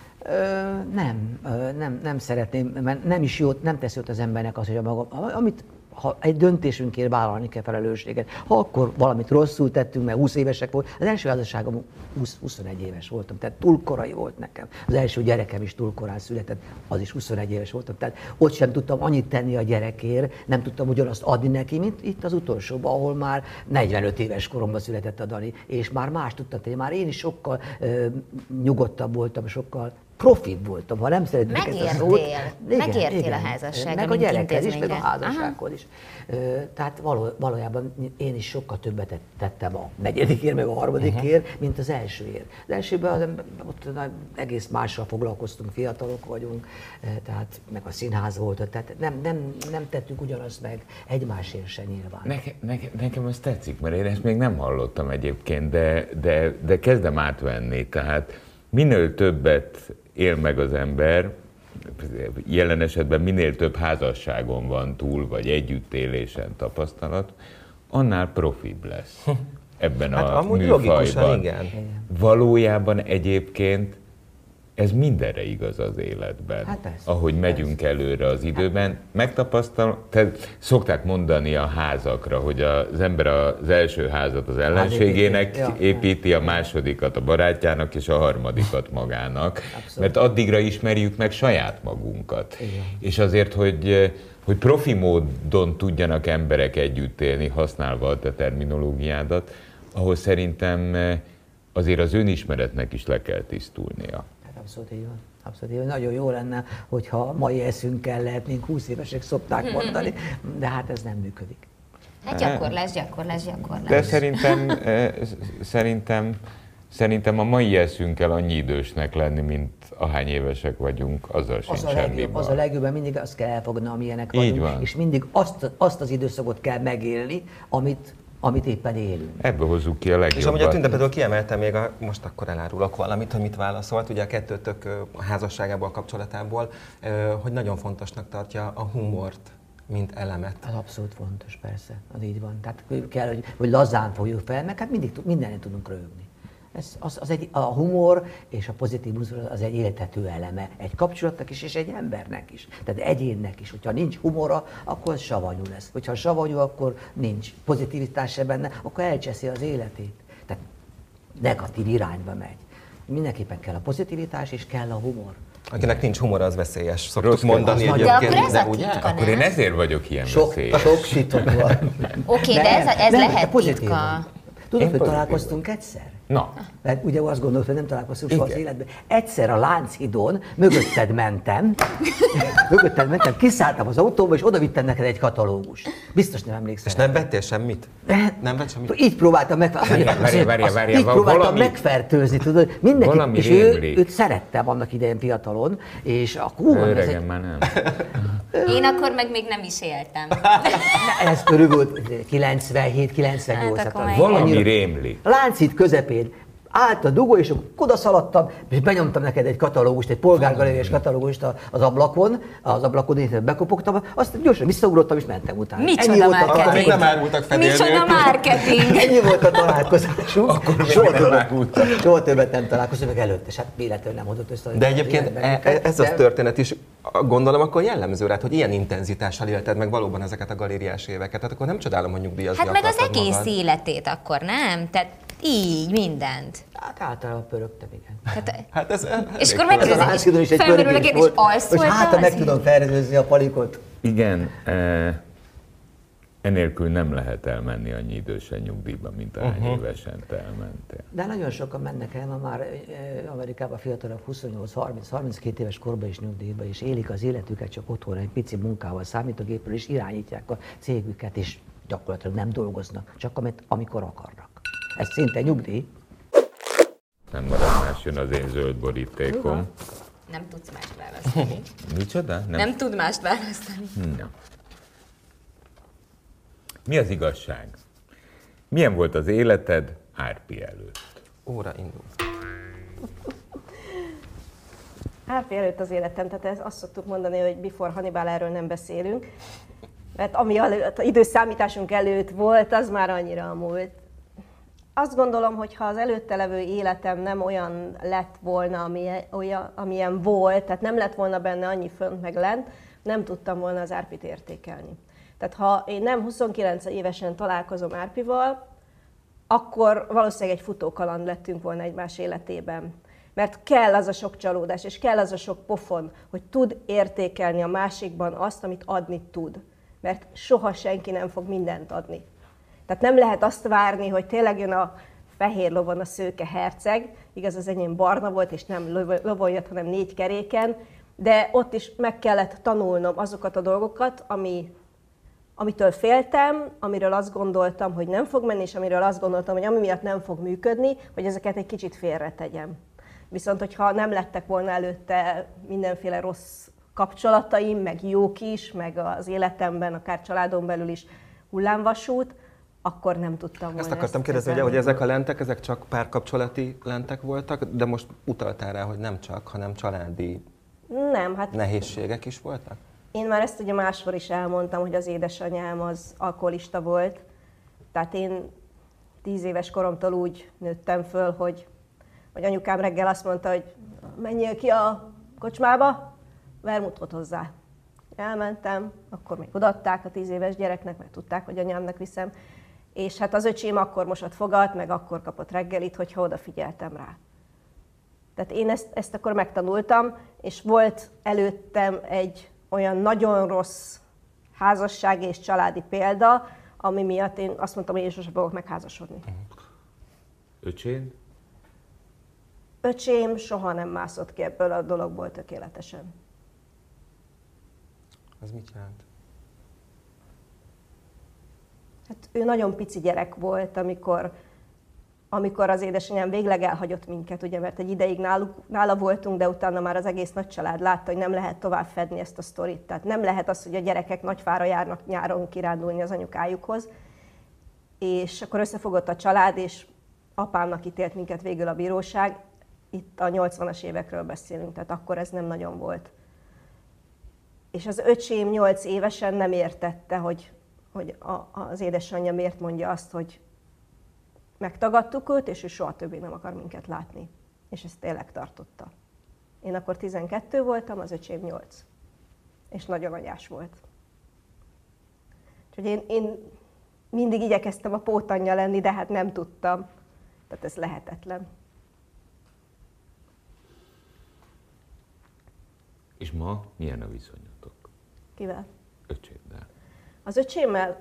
Nem szeretném, mert nem tesz jót az embernek az, hogy ha egy döntésünkért vállalni kell felelősséget. Ha akkor valamit rosszul tettünk, mert 20 évesek volt, az első házasságom 21 éves voltam, tehát túl korai volt nekem. Az első gyerekem is túl korán született, az is 21 éves voltam, tehát ott sem tudtam annyit tenni a gyerekért, nem tudtam ugyanazt adni neki, mint itt az utolsóban, ahol már 45 éves koromban született a Dani, és már más tudtam tenni, már én is sokkal nyugodtabb voltam, sokkal profibb voltam, ha nem szeretnék ezt a szót. Megértél a házasságra, meg a gyerekhez is, meg a házassághoz is. Tehát valójában én is sokkal többet tettem a 4. meg a 3. mint az elsőért. Az elsőben ott egész mással foglalkoztunk, fiatalok vagyunk, tehát meg a színház volt, tehát nem tettük ugyanazt meg egymásért se nyilván. Nekem ez tetszik, mert én ezt még nem hallottam egyébként, de kezdem átvenni, tehát minél többet él meg az ember, jelen esetben minél több házasságon van túl, vagy együttélésen tapasztalat, annál profibb lesz ebben a műfajban. Igen. Valójában egyébként ez mindenre igaz az életben, ahogy megyünk előre az időben. Szokták mondani a házakra, hogy az ember az első házat az ellenségének építi, a másodikat a barátjának, és a harmadikat magának. Abszolút. Mert addigra ismerjük meg saját magunkat. Igen. És azért, hogy profi módon tudjanak emberek együtt élni, használva a te terminológiádat, ahhoz szerintem azért az önismeretnek is le kell tisztulnia. Abszolút így van. Abszolút így van. Nagyon jó lenne, hogyha mai eszünkkel lehetnénk 20 évesek, szokták mondani, de hát ez nem működik. Hát gyakorlás. De szerintem a mai eszünkkel annyi idősnek lenni, mint ahány évesek vagyunk, azzal sincs semmi baj. Az a legjobb, mert mindig azt kell elfogadni, amilyenek vagyunk, és mindig azt az időszakot kell megélni, amit éppen élünk. Ebből hozzuk ki a legjobbat. És amúgy a Tünde például kiemelte még, most akkor elárulok valamit, hogy mit válaszolt, ugye a kettőtök a házasságából, a kapcsolatából, hogy nagyon fontosnak tartja a humort, mint elemet. Az abszolút fontos, persze, az így van. Tehát kell, hogy lazán fogjuk fel, meg hát mindenre tudunk röhögni. a humor és a pozitívum az egy éltető eleme egy kapcsolatnak is, és egy embernek is. Tehát egyénnek is. Hogyha nincs humora, akkor savanyú lesz. Hogyha savanyú, akkor nincs pozitivitás se benne, akkor elcseszi az életét. Tehát negatív irányba megy. Mindenképpen kell a pozitivitás, és kell a humor. Akinek nincs humor, az veszélyes, szoktuk mondani egyébként. De akkor ez a titka, Akkor én ezért vagyok ilyen veszélyes. Sok titok van. Oké, de ez lehet titka. Tudod, hogy találkoztunk egyszer? Na. Mert ugye azt gondolod, hogy nem találkoztunk soha az életben. Egyszer a Lánchidon mögötted mentem, kiszálltam az autóba, és oda vittem neked egy katalógust. Biztos nem emlékszel. És nem vettél semmit? Nem vett semmit? Így próbáltam megfertőzni, tudod. Mindenki, és őt szerettem annak idején fiatalon, és a Öregen már nem. Én akkor meg még nem is éltem. Ez körülbelül 97-98. Hát valami rémlik. Lánchíd közepén állt a dugó, és odaszaladtam, és benyomtam neked egy katalógust, egy polgárgalériás katalógust az ablakon én bekopogtam, azt gyorsan visszaugrottam, és mentem utána. Micsoda marketing! Még nem árultak fedél Micsoda marketing! Ennyi volt a találkozásunk. Soha többet nem találkoztunk, meg előtte, hát véletlenül nem adott össze. De egyébként ez a történet is, gondolom, akkor jellemző rád, hogy ilyen intenzitással élted meg valóban ezeket a galériás éveket. Hát akkor nem csodálom, hogy nyugdíjazni Hát meg az akartad egész magad. életét akkor, nem? Tehát így, mindent. Hát általában pörögtem, igen. Tehát, ez és akkor Ez a Lánchidon is egy felmerül a pörgés kérdés, volt, alszol? hogy hát meg tudom fertőzni a palikot. Igen, enélkül nem lehet elmenni annyi idősen nyugdíjba, mint ahány évesen te elmentél. De nagyon sokan mennek el, ma már Amerikában fiatalok 28-30-32 éves korban is nyugdíjba, és élik az életüket csak otthon egy pici munkával, számítógépről, és irányítják a cégüket, és gyakorlatilag nem dolgoznak, csak amikor akarnak. Ez szinte nyugdíj. Nem marad más, jön az én zöld borítékom. Nem tudsz mást választani. Micsoda? Nem tud mást választani. Na. Mi az igazság? Milyen volt az életed Árpi előtt? Óra indul. Árpi előtt az életem, tehát azt szoktuk mondani, hogy before Hannibal, erről nem beszélünk. Mert ami az időszámításunk előtt volt, az már annyira a múlt. Azt gondolom, hogy ha az előtte levő életem nem olyan lett volna, amilyen volt, tehát nem lett volna benne annyi fönt meg lent, nem tudtam volna az Árpit értékelni. Tehát ha én nem 29 évesen találkozom Árpival, akkor valószínűleg egy futókaland lettünk volna egymás életében. Mert kell az a sok csalódás, és kell az a sok pofon, hogy tud értékelni a másikban azt, amit adni tud. Mert soha senki nem fog mindent adni. Tehát nem lehet azt várni, hogy tényleg jön a fehér lovon a szőke herceg, igaz, az enyém barna volt, és nem lovon jött, hanem 4 keréken, de ott is meg kellett tanulnom azokat a dolgokat, amitől féltem, amiről azt gondoltam, hogy nem fog menni, és amiről azt gondoltam, hogy ami miatt nem fog működni, hogy ezeket egy kicsit félretegyem. Viszont, hogyha nem lettek volna előtte mindenféle rossz kapcsolataim, meg jók is, meg az életemben, akár családon belül is hullámvasút, akkor nem tudtam volna. Ezt akartam kérdezni, hogy ezek a lentek, ezek csak párkapcsolati lentek voltak, de most utaltál rá, hogy nem csak, hanem családi nehézségek is voltak? Én már ezt ugye máskor is elmondtam, hogy az édesanyám az alkoholista volt. Tehát én 10 éves koromtól úgy nőttem föl, hogy anyukám reggel azt mondta, hogy menjél ki a kocsmába, vermutot hozzá. Elmentem, akkor még odaadták a 10 éves gyereknek, mert tudták, hogy anyámnak viszem. És hát az öcsém akkor mosott fogat, meg akkor kapott reggelit, hogyha odafigyeltem rá. Tehát én ezt akkor megtanultam, és volt előttem egy olyan nagyon rossz házassági és családi példa, ami miatt én azt mondtam, hogy én sosem fogok megházasodni. Öcsén? Öcsém soha nem mászott ki ebből a dologból tökéletesen. Ez mit jelent? Hát ő nagyon pici gyerek volt, amikor az édesanyám végleg elhagyott minket, ugye, mert egy ideig nála voltunk, de utána már az egész nagy család látta, hogy nem lehet tovább fedni ezt a sztorit. Tehát nem lehet az, hogy a gyerekek Nagyfára járnak nyáron kirándulni az anyukájukhoz. És akkor összefogott a család, és apámnak ítélt minket végül a bíróság. Itt a 80-as évekről beszélünk, tehát akkor ez nem nagyon volt. És az öcsém 8 évesen nem értette, hogy az édesanyja miért mondja azt, hogy megtagadtuk őt, és ő soha többé nem akar minket látni. És ezt tényleg tartotta. Én akkor 12 voltam, az öcsém 8. És nagyon anyás volt. Úgyhogy én mindig igyekeztem a pótanyja lenni, de hát nem tudtam. Tehát ez lehetetlen. És ma milyen a viszonyatok? Kivel? Öcséddel. Az öcsémmel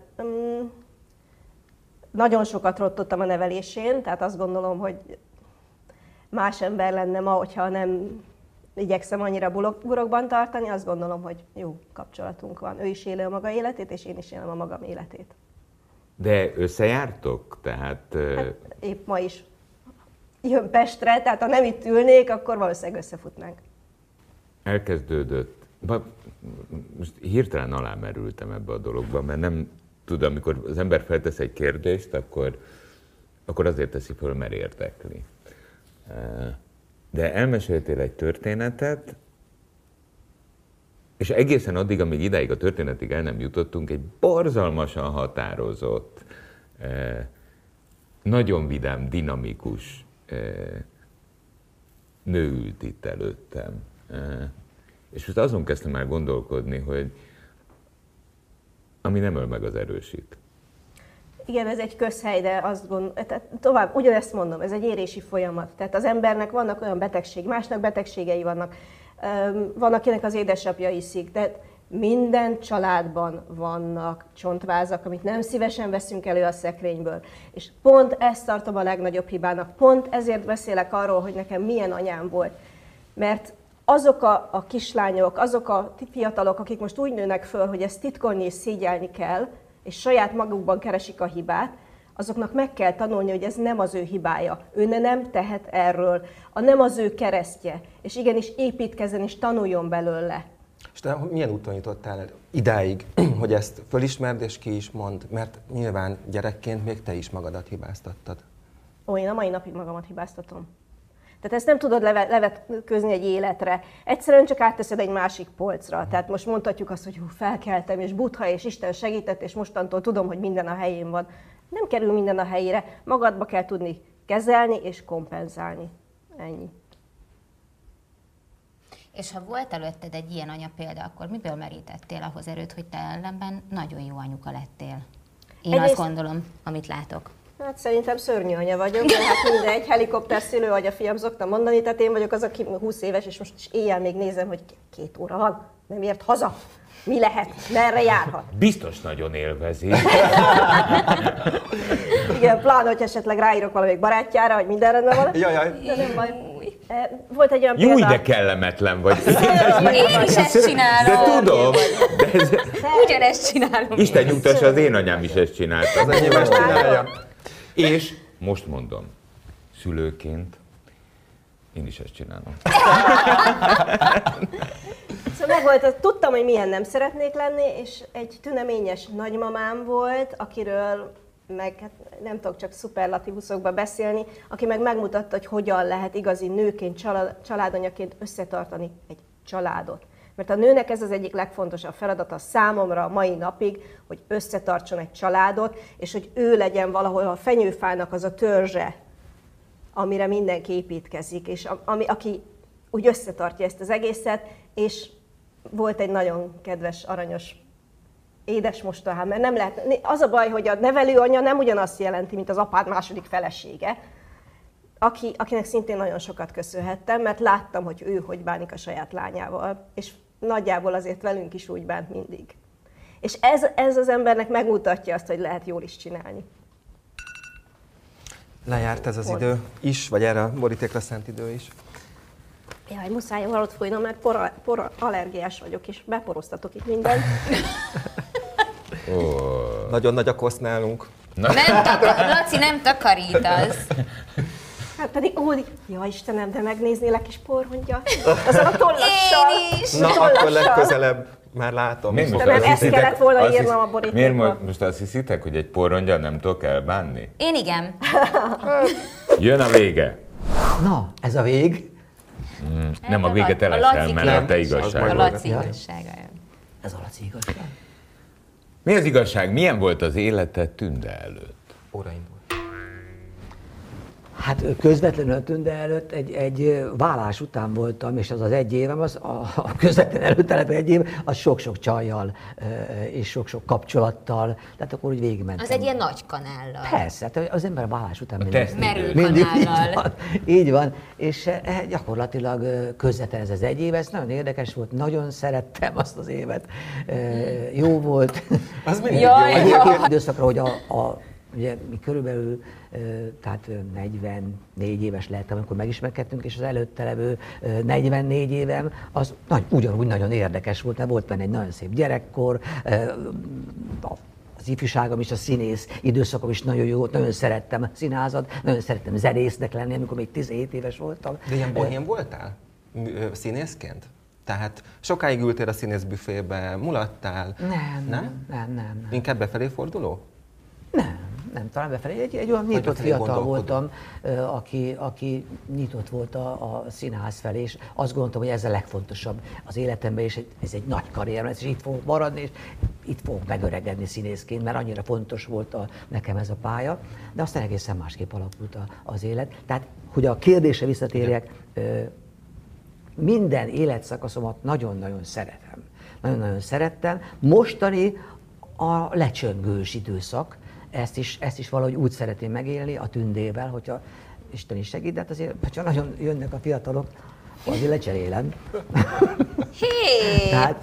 nagyon sokat rontottam a nevelésén, tehát azt gondolom, hogy más ember lenne ma, hogyha nem igyekszem annyira burokban tartani, azt gondolom, hogy jó kapcsolatunk van. Ő is éli a maga életét, és én is élem a magam életét. De összejártok? Tehát... Hát épp ma is jön Pestre, tehát ha nem itt ülnék, akkor valószínűleg összefutnánk. Elkezdődött. Most hirtelen alámerültem ebbe a dologba, mert nem tudom, amikor az ember feltesz egy kérdést, akkor azért teszi föl, mert érdekli. De elmeséltél egy történetet, és egészen addig, amíg idáig a történetig el nem jutottunk, egy borzalmasan határozott, nagyon vidám, dinamikus nő ült itt előttem. És most azon kezdtem el gondolkodni, hogy ami nem öl meg, az erősít. Igen, ez egy közhely, de azt gondolom, tovább, ugyanezt mondom, ez egy érési folyamat. Tehát az embernek vannak olyan betegség, másnak betegségei vannak, van, akinek az édesapja iszik, tehát minden családban vannak csontvázak, amit nem szívesen veszünk elő a szekrényből. És pont ezt tartom a legnagyobb hibának, pont ezért beszélek arról, hogy nekem milyen anyám volt. Mert azok a kislányok, azok a fiatalok, akik most úgy nőnek föl, hogy ezt titkolni és szégyelni kell, és saját magukban keresik a hibát, azoknak meg kell tanulni, hogy ez nem az ő hibája. Ő nem tehet erről, nem az ő keresztje. És igenis építkezzen és tanuljon belőle. És te milyen úton jutottál el idáig, hogy ezt fölismerd és ki is mondd? Mert nyilván gyerekként még te is magadat hibáztattad. Én a mai napig magamat hibáztatom. Tehát ezt nem tudod levetközni egy életre. Egyszerűen csak átteszed egy másik polcra. Tehát most mondhatjuk azt, hogy felkeltem, és Buddha, és Isten segített, és mostantól tudom, hogy minden a helyén van. Nem kerül minden a helyére. Magadba kell tudni kezelni és kompenzálni. Ennyi. És ha volt előtted egy ilyen anya példa, akkor miből merítettél ahhoz erőt, hogy te ellenben nagyon jó anyuka lettél? Én azt gondolom, amit látok. Hát szerintem szörnyű anya vagyok, de hát mindegy, helikopter szülő vagy a fiam, szoktam mondani, tehát én vagyok az, aki 20 éves, és most is éjjel még nézem, hogy 2 óra van, nem ért haza. Mi lehet? Merre járhat? Biztos nagyon élvezi. Igen, pláne, hogy esetleg ráírok valamelyik barátjára, hogy minden rendben van. Jajjaj. De nem baj. Volt egy olyan Jó, példa... de kellemetlen vagy. Én is ezt csinálom. De tudom. Ugyanezt csinálom. Isten nyugtassa, az én anyám is ezt csinálta. Az enyém ezt csinálja. És most mondom, szülőként én is ezt csinálom. Szóval megvolt, tudtam, hogy milyen nem szeretnék lenni, és egy tüneményes nagymamám volt, akiről meg hát nem tudok csak szuperlatívuszokba beszélni, aki meg megmutatta, hogy hogyan lehet igazi nőként, családanyaként összetartani egy családot. Mert a nőnek ez az egyik legfontosabb feladata számomra a mai napig, hogy összetartson egy családot, és hogy ő legyen valahol a fenyőfának az a törzse, amire mindenki építkezik, és aki úgy összetartja ezt az egészet, és volt egy nagyon kedves, aranyos édes mostohám, mert nem lehet, az a baj, hogy a nevelőanya nem ugyanazt jelenti, mint az apád második felesége, akinek szintén nagyon sokat köszönhettem, mert láttam, hogy ő hogy bánik a saját lányával, és nagyjából azért velünk is úgy bánt mindig. És ez az embernek megmutatja azt, hogy lehet jól is csinálni. Lejárt ez az idő is, vagy erre a borítékra szánt idő is? Jaj, muszáj valahogy folynom, mert por allergiás vagyok, és beporoztatok itt mindent. Nagyon nagy a kosz nálunk. Laci, nem takarítasz. Hát pedig ja Istenem, de megnéznélek is porhondja. Azon a tollassal. Én is. Na, akkor legközelebb már látom. Istenem, ezt kellett volna írnom a borítékba. Miért most azt hiszitek, hogy egy porrongyal nem tudok elbánni? Én igen. Jön a vége. Na, ez a vég. Nem a vége te leszel, mert a te A igazságod. Laci igazsága. Ez a Laci igazság. Mi az igazság? Milyen volt az életed Tünde előtt? Óraindul. Hát közvetlenül a tünde előtt egy vállás után voltam, és az egy évem, a közvetlen előtt egy év, az sok-sok csajjal és sok-sok kapcsolattal, tehát akkor úgy végigmentem. Az egy ilyen nagy kanállal. Persze, hát az ember a vállás után mindig kanállal. Így van, és gyakorlatilag közvetlen ez az egy év, ez nagyon érdekes volt, nagyon szerettem azt az évet, jó volt. Az mindig jó. Időszakra, hogy ugye mi körülbelül tehát 44 éves lehettem, amikor megismerkedtünk, és az előtte levő 44 évem az ugyanúgy nagyon érdekes volt, mert volt benne egy nagyon szép gyerekkor, az ifjúságom is, a színész időszakom is nagyon jó volt, nagyon szerettem a színházat, nagyon szerettem zenésznek lenni, amikor még 17 éves voltam. De ilyen bohém voltál színészként? Tehát sokáig ültél a színészbüfébe, mulattál? Nem. Inkább befelé forduló? Nem, talán befelé. Egy olyan nyitott fiatal voltam, aki nyitott volt a színház felé, és azt gondoltam, hogy ez a legfontosabb az életemben, és ez egy nagy karrier lesz, és itt fogok maradni, és itt fogok megöregedni színészként, mert annyira fontos volt nekem ez a pálya, de aztán egészen másképp alakult az élet. Tehát, hogy a kérdésre visszatérjek, minden életszakaszomat nagyon-nagyon szeretem. Nagyon-nagyon szerettem. Mostani a lecsöngős időszak, ezt is valahogy úgy szeretném megélni a tündével, hogyha Isten is segít, de hát azért, ha nagyon jönnek a fiatalok, azért lecserélem. Tehát,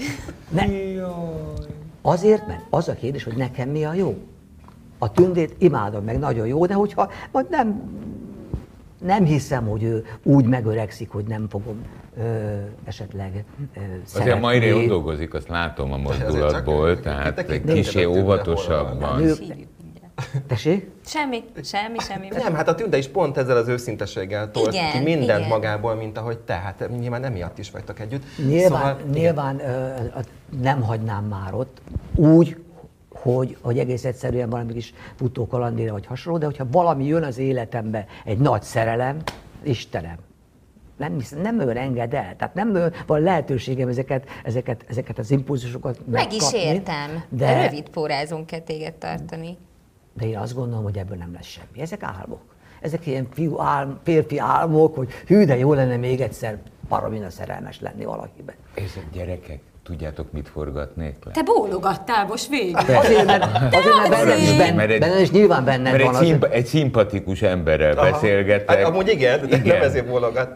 azért, mert az a kérdés, hogy nekem mi a jó. A tündét imádom meg, nagyon jó, de hogyha majd nem hiszem, hogy ő úgy megöregszik, hogy nem fogom esetleg szeretni. Azért Majré ott dolgozik, azt látom a mozdulatból, tehát kicsi óvatosabban. Tessék? Semmi. Nem, hát a Tünde is pont ezzel az őszinteséggel tolt ki mindent magából, mint ahogy te. Hát nyilván emiatt is vagytok együtt. Nyilván nem hagynám már ott úgy, hogy egész egyszerűen valami kis futókalandére vagy hasonló, de hogyha valami jön az életembe, egy nagy szerelem, Istenem, nem ő enged el. Tehát nem van lehetőségem ezeket az impulzusokat meg is értem. De rövid pórázon kell téged tartani. De én azt gondolom, hogy ebből nem lesz semmi. Ezek álmok. Ezek ilyen férfi álmok, hogy hű, de jó lenne még egyszer baromira szerelmes lenni valakiben. Ezek gyerekek, tudjátok, mit forgatnék le? Te bólogattál most végig. Azért, mert benned is nyilván benned van. Egy szimpatikus emberrel beszélgetek. Hát, amúgy igen, de nem ezért bólogat.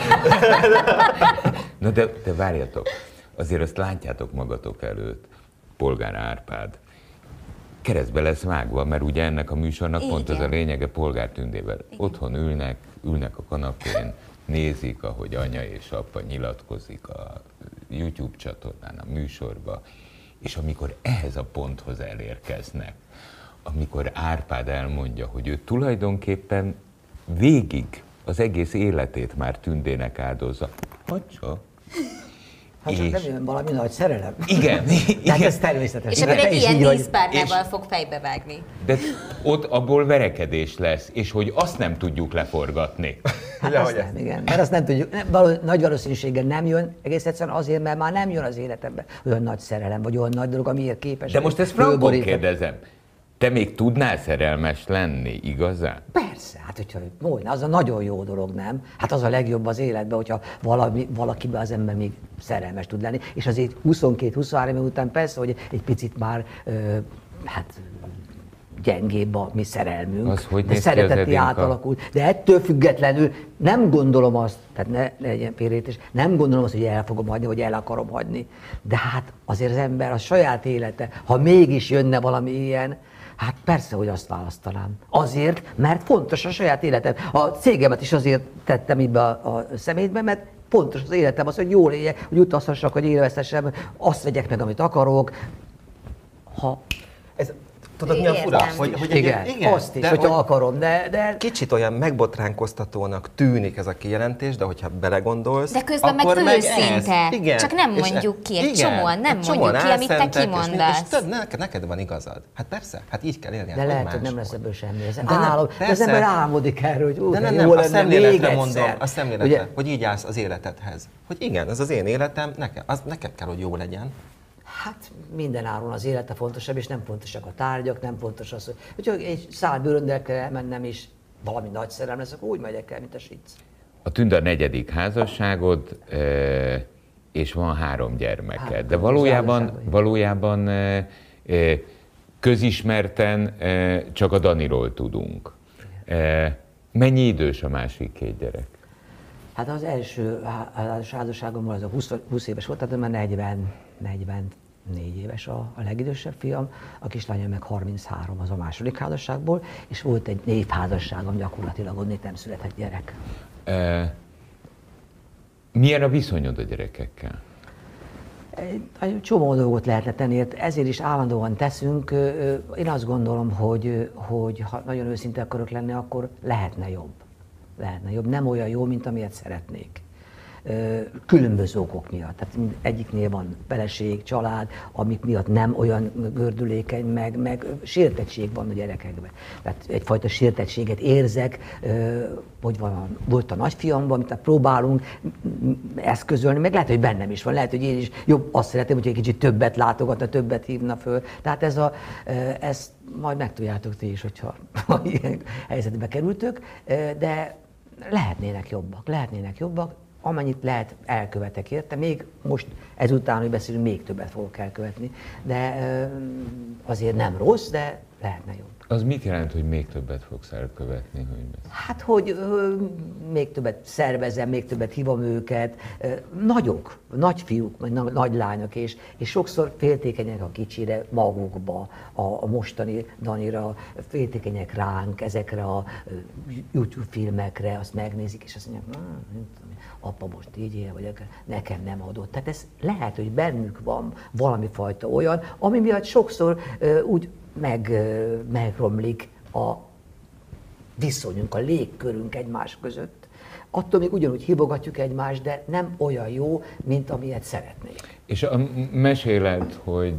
De várjatok, azért azt látjátok magatok előtt, Polgár Árpád. Keresztbe lesz vágva, mert ugye ennek a műsornak igen. Pont ez a lényege, Polgár Tündével. Igen. Otthon ülnek a kanapén, nézik, ahogy anya és apa nyilatkozik a YouTube csatornán, a műsorba, és amikor ehhez a ponthoz elérkeznek, amikor Árpád elmondja, hogy ő tulajdonképpen végig az egész életét már Tündének áldozza. Hát csak nem jön valami nagy szerelem. Igen. Tehát ez természetes. És akkor egy ilyen díszpárnával fog fejbevágni. De ott abból verekedés lesz, és hogy azt nem tudjuk leforgatni. Hát azt nem, igen. Mert azt nem tudjuk, nagy valószínűséggel nem jön, egész egyszerűen azért, mert már nem jön az életembe olyan nagy szerelem, vagy olyan nagy dolog, amiért képes. De most ezt frankon kérdezem. Te még tudnál szerelmes lenni, igazán? Persze, hát hogyha az a nagyon jó dolog, nem? Hát az a legjobb az életben, hogyha valakiben az ember még szerelmes tud lenni. És azért 22-23 év után persze, hogy egy picit már gyengébb a mi szerelmünk, az, hogy de szereteti átalakult. De ettől függetlenül nem gondolom azt, tehát ne legyen félreértés, nem gondolom azt, hogy el fogom hagyni, vagy el akarom hagyni. De hát azért az ember a saját élete, ha mégis jönne valami ilyen, hát persze, hogy azt választanám. Azért, mert fontos a saját életem. A cégemet is azért tettem így be a szemétbe, mert fontos az életem az, hogy jól éljek, hogy utazhassak, hogy élvezhessem, azt vegyek meg, amit akarok. Tudod, mi a fura? Hogy igen, azt is, hogyha akarom, de... Kicsit olyan megbotránkoztatónak tűnik ez a kijelentés, de hogyha belegondolsz, de közben akkor meg őszinte. Igen, csak nem mondjuk ki, egy csomóan nem mondjuk ki, amit te kimondasz. És neked van igazad. Hát persze, hát így kell élni. De lehet, hogy nem lesz ebből semmi. De az ember álmodik erről, hogy nem, a szemléletre mondom, a szemléletre, hogy így állsz az életedhez. Hogy igen, ez az én életem, nekem kell, hogy jó legyen. Hát minden áron az élete fontosabb, és nem fontosak a tárgyak, nem fontos az, hogy egy szál bőröndel kell elmennem, és valami nagy szerelem lesz, akkor úgy megyek el, mint a sic. A Tünde a 4. házasságod, és van 3 gyermeked. Hát, de valójában közismerten csak a Daniról tudunk. Mennyi idős a másik 2 gyerek? Hát az első házasságomban az a 20 éves volt, tehát már 44 éves a legidősebb fiam, a kislányom meg 33 az a második házasságból, és volt egy névházasságom gyakorlatilag, ott nem született gyerek. Milyen a viszonyod a gyerekekkel? Egy csomó dolgot lehetne tenni, ezért is állandóan teszünk. Én azt gondolom, hogy ha nagyon őszinte akarok lenni, akkor lehetne jobb. Lehetne jobb. Nem olyan jó, mint amilyet szeretnék. Különböző okok miatt. Tehát egyiknél van feleség, család, amik miatt nem olyan gördülékeny, meg sértettség van a gyerekekben. Tehát egyfajta sértettséget érzek, hogy volt a nagyfiamban, amit próbálunk eszközölni, meg lehet, hogy bennem is van, lehet, hogy én is jobb azt szeretném, hogy egy kicsit többet látogatna, többet hívna föl. Tehát ezt majd megtudjátok ti is, hogyha ilyen helyzetbe kerültök, de lehetnének jobbak, amennyit lehet, elkövetek érte. Még most ezután, hogy beszélünk, még többet fogok elkövetni. De azért nem rossz, de lehetne jobb. Az mit jelent, hogy még többet fogsz elkövetni? Hát, hogy még többet szervezem, még többet hívom őket. Nagyok, nagy fiúk, vagy nagy lányok, és sokszor féltékenyek a kicsire, magukba, a mostani Danira, féltékenyek ránk, ezekre a YouTube filmekre, azt megnézik, és azt mondják, apa most így él, vagy nekem nem adott. Tehát ez lehet, hogy bennük van valami fajta olyan, ami miatt sokszor úgy megromlik a viszonyunk, a légkörünk egymás között. Attól még ugyanúgy hívogatjuk egymást, de nem olyan jó, mint amilyet szeretnék. És meséled,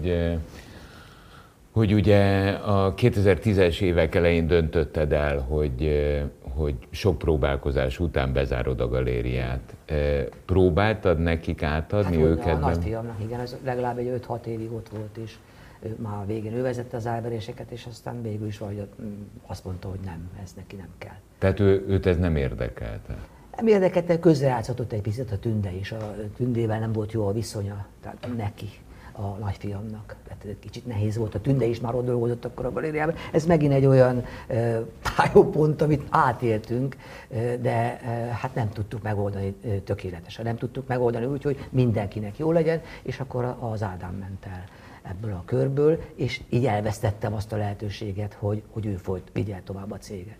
hogy ugye a 2010-es évek elején döntötted el, hogy sok próbálkozás után bezárod a galériát. Próbáltad nekik átadni őket? A nagyfiamnak, igen, ez legalább egy 5-6 évig ott volt, és már a végén ő vezette az elveréseket, és aztán végül is valahogy azt mondta, hogy nem, ez neki nem kell. Tehát őt ez nem érdekelte? Nem érdekelte, közrejátszott egy picit a Tünde is, a Tündével nem volt jó a viszonya, tehát neki, a nagyfiamnak. Tehát kicsit nehéz volt, a Tünde is már ott dolgozott akkor a galériában. Ez megint egy olyan fájópont, amit átéltünk, de hát nem tudtuk megoldani tökéletesen. Nem tudtuk megoldani úgy, hogy mindenkinek jó legyen, és akkor az Ádám ment el ebből a körből, és így elvesztettem azt a lehetőséget, hogy ő vigye tovább a céget.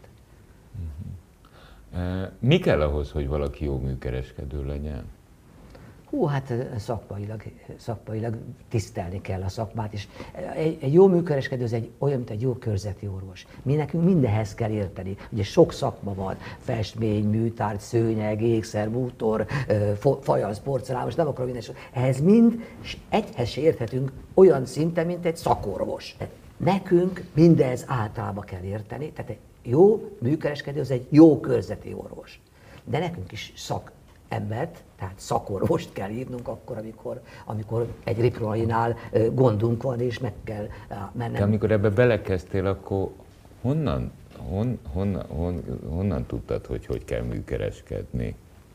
Mi kell ahhoz, hogy valaki jó műkereskedő legyen? Hát szakmailag tisztelni kell a szakmát, és egy jó műkereskedő az olyan, mint egy jó körzeti orvos. Mi nekünk mindenhez kell érteni. Ugye sok szakma van, festmény, műtárgy, szőnyeg, ékszer, bútor, fajansz, porcelán, most nem akarom minden. Ehhez mind egyhez se érthetünk olyan szinten, mint egy szakorvos. Nekünk mindez általában kell érteni, tehát egy jó műkereskedő az egy jó körzeti orvos. De nekünk is szakembert, tehát szakorvost kell hívnunk akkor, amikor egy riprolinál gondunk van, és meg kell mennem. De amikor ebbe belekezdtél, akkor honnan tudtad, hogy kell műkereskedni?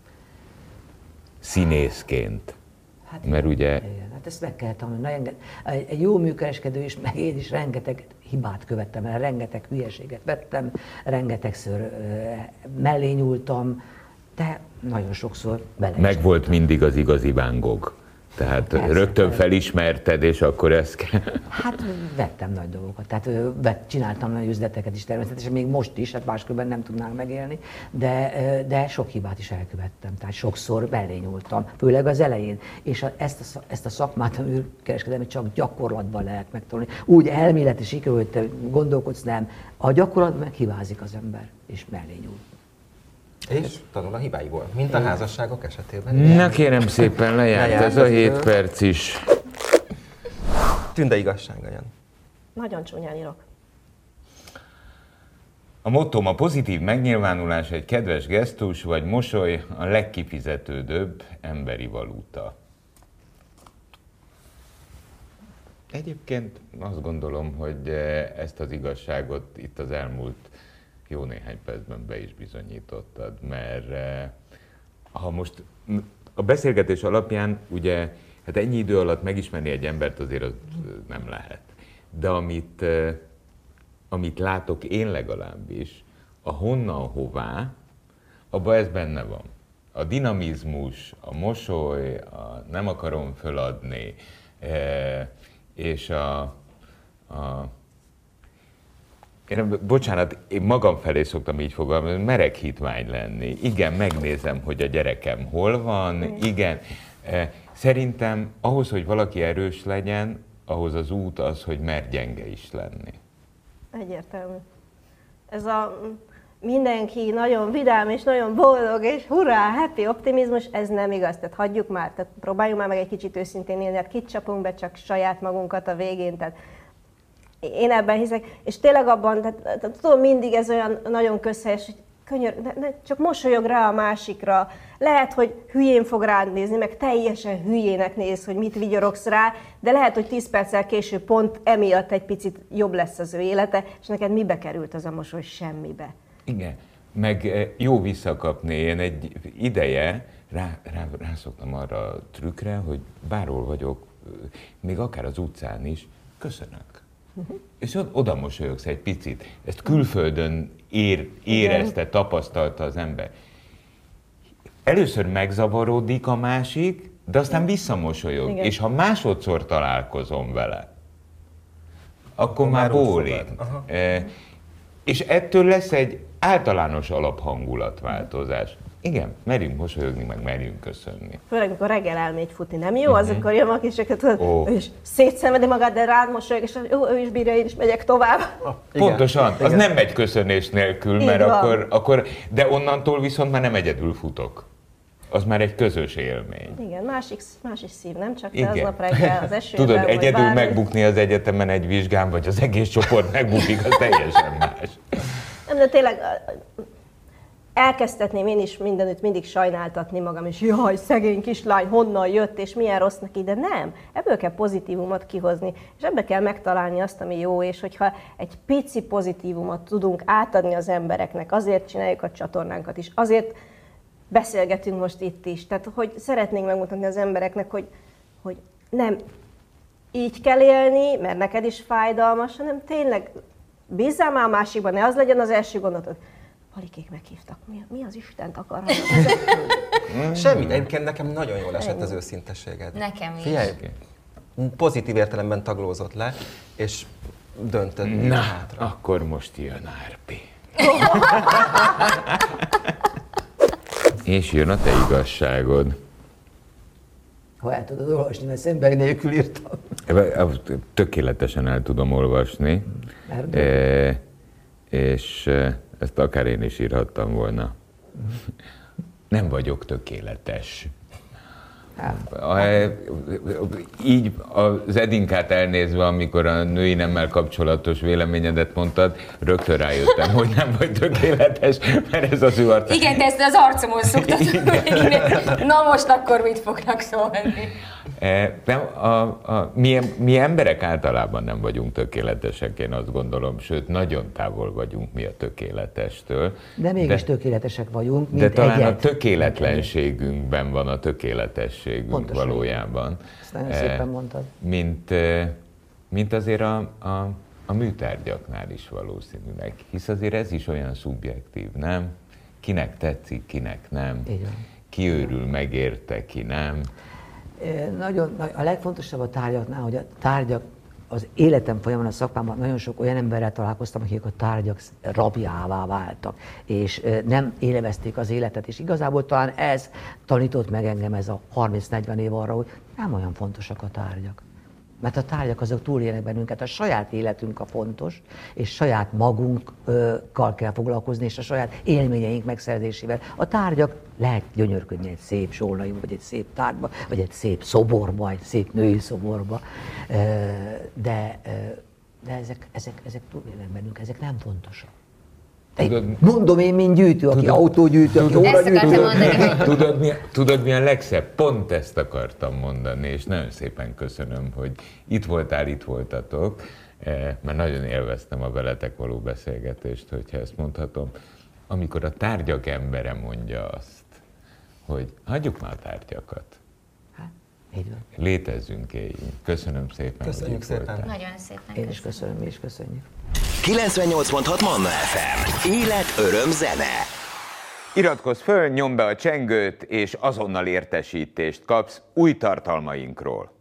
Színészként. Mert ugye... Igen, hát ezt meg kell tanulni. Egy jó műkereskedő is, meg én is rengeteg hibát követtem el, rengeteg hülyeséget vettem, rengetegször mellé nyúltam, de nagyon sokszor bele. Meg volt mindig az igazi Van Gogh. Tehát rögtön felismerted, és akkor ez kell. Hát vettem nagy dolgokat, tehát csináltam nagy üzleteket is természetesen, még most is, hát máskülönben nem tudnánk megélni, de sok hibát is elkövettem, tehát sokszor belé nyúltam, főleg az elején, és ezt a szakmát, a műkereskedelmet csak gyakorlatban lehet megtanulni. Úgy elméleti sikerült, te gondolkodsz, nem, a gyakorlatban meghibázik az ember, és mellé nyúl. És tanul a hibáiból, mint a házasságok esetében. Na kérem szépen, lejárt ez a 7 perc is. Tünde igazsága jön. Nagyon csúnyán írok. A mottóm a pozitív megnyilvánulás, egy kedves gesztus vagy mosoly, a legkifizetődőbb emberi valúta. Egyébként azt gondolom, hogy ezt az igazságot itt az elmúlt jó néhány percben be is bizonyítottad, mert ha most a beszélgetés alapján ugye, hát ennyi idő alatt megismerni egy embert azért az nem lehet. De amit látok én legalábbis, a honnan hová, abban ez benne van. A dinamizmus, a mosoly, a nem akarom föladni, és bocsánat, én magam felé szoktam így fogalmazni, mereg hitvány lenni. Igen, megnézem, hogy a gyerekem hol van, igen. Szerintem ahhoz, hogy valaki erős legyen, ahhoz az út az, hogy mer gyenge is lenni. Egyértelmű. Ez a mindenki nagyon vidám és nagyon boldog és hurrá, happy optimizmus, ez nem igaz. Tehát hagyjuk már, tehát próbáljuk már meg egy kicsit őszintén élni, hát kit csapunk be csak saját magunkat a végén. Tehát én ebben hiszek, és tényleg abban, tehát tudom, mindig ez olyan nagyon közhelyes, hogy csak mosolyog rá a másikra. Lehet, hogy hülyén fog rád nézni, meg teljesen hülyének néz, hogy mit vigyorogsz rá, de lehet, hogy 10 perccel később pont emiatt egy picit jobb lesz az ő élete, és neked mibe került az a mosoly? Semmibe. Igen, meg jó visszakapni. Én egy ideje rászoktam arra a trükkre, hogy bárhol vagyok, még akár az utcán is, köszönök. És oda mosolyogsz egy picit. Ezt külföldön érezte, tapasztalta az ember. Először megzavarodik a másik, de aztán visszamosolyog. Igen. És ha másodszor találkozom vele, akkor már bólint. És ettől lesz egy általános alaphangulatváltozás. Igen, merjünk mosolyogni, meg merjünk köszönni. Főleg, amikor reggel elmegy futni, nem jó? Az, akkor jön valaki, és szétszemedi magát, de rád mosolyog, és jó, ő is bírja, én is megyek tovább. Pontosan, az nem megy köszönés nélkül, mert akkor, de onnantól viszont már nem egyedül futok. Az már egy közös élmény. Igen, másik szív, nem csak te aznap reggel az esőben. Tudod, egyedül megbukni az egyetemen egy vizsgán, vagy az egész csoport megbukik, az teljesen más. Nem, de tényleg elkezdhetném én is mindenütt mindig sajnáltatni magam, és jaj, szegény kislány, honnan jött, és milyen rossz neki, de nem. Ebből kell pozitívumot kihozni, és ebbe kell megtalálni azt, ami jó, és hogyha egy pici pozitívumot tudunk átadni az embereknek, azért csináljuk a csatornánkat is, azért beszélgetünk most itt is. Tehát, hogy szeretnénk megmutatni az embereknek, hogy nem így kell élni, mert neked is fájdalmas, hanem tényleg bízzál már a másikban, ne az legyen az első gondolat. Palikék meghívtak. Mi az Istent akarnak ezekről? Semmit. Egyébként nekem nagyon jól esett az őszintességed. Nekem is. Figyelj, pozitív értelemben taglózott le, és döntött. Na, hátra. Akkor most jön Árpi. És jön a te igazságod. Ha el tudod olvasni, mert szemben nélkül írtam. Tökéletesen el tudom olvasni. És ezt akár én is írhattam volna. Nem vagyok tökéletes. Így az Edinkát elnézve, amikor a női nemmel kapcsolatos véleményedet mondtad, rögtön rájöttem, hogy nem vagy tökéletes, mert ez az ő arca. Igen, te ezt az arcomon szoktad. Na most akkor mit fognak szólni? Mi emberek általában nem vagyunk tökéletesek, én azt gondolom, sőt, nagyon távol vagyunk mi a tökéletestől. De mégis tökéletesek vagyunk, mint de talán a tökéletlenségünkben van a tökéletességünk. Pontosan. Valójában. Ezt nagyon szépen mondtad. Mint azért a műtárgyaknál is valószínűleg, hisz azért ez is olyan szubjektív, nem? Kinek tetszik, kinek nem. Ki örül, megérte, ki nem. A legfontosabb a tárgyaknál, hogy a tárgyak az életem folyamán, a szakmában nagyon sok olyan emberrel találkoztam, akik a tárgyak rabjává váltak, és nem élvezték az életet, és igazából talán ez tanított meg engem ez a 30-40 év arra, hogy nem olyan fontosak a tárgyak. Mert a tárgyak azok túlélnek bennünket, a saját életünk a fontos, és saját magunkkal kell foglalkozni, és a saját élményeink megszerzésével. A tárgyak lehet gyönyörködni egy szép zsolnaim, vagy egy szép tárgyba, vagy egy szép szoborba, egy szép női szoborba, de ezek túlélnek bennünket, ezek nem fontosak. Mondom én, mint gyűjtő, aki autógyűjtő, aki óragyűjtő. Tudod, mi a legszebb? Pont ezt akartam mondani, és nagyon szépen köszönöm, hogy itt voltál, itt voltatok. mert nagyon élveztem a veletek való beszélgetést, hogyha ezt mondhatom, amikor a tárgyak embere mondja azt, hogy hagyjuk már a tárgyakat. Hát, így van. Létezzünk, éljünk. Köszönöm szépen, Köszönjük szépen. Nagyon szépen Én is köszönöm, mi is köszönjük. 98.6 Manna FM. Élet, öröm, zene. Iratkozz föl, nyomd be a csengőt, és azonnal értesítést kapsz új tartalmainkról.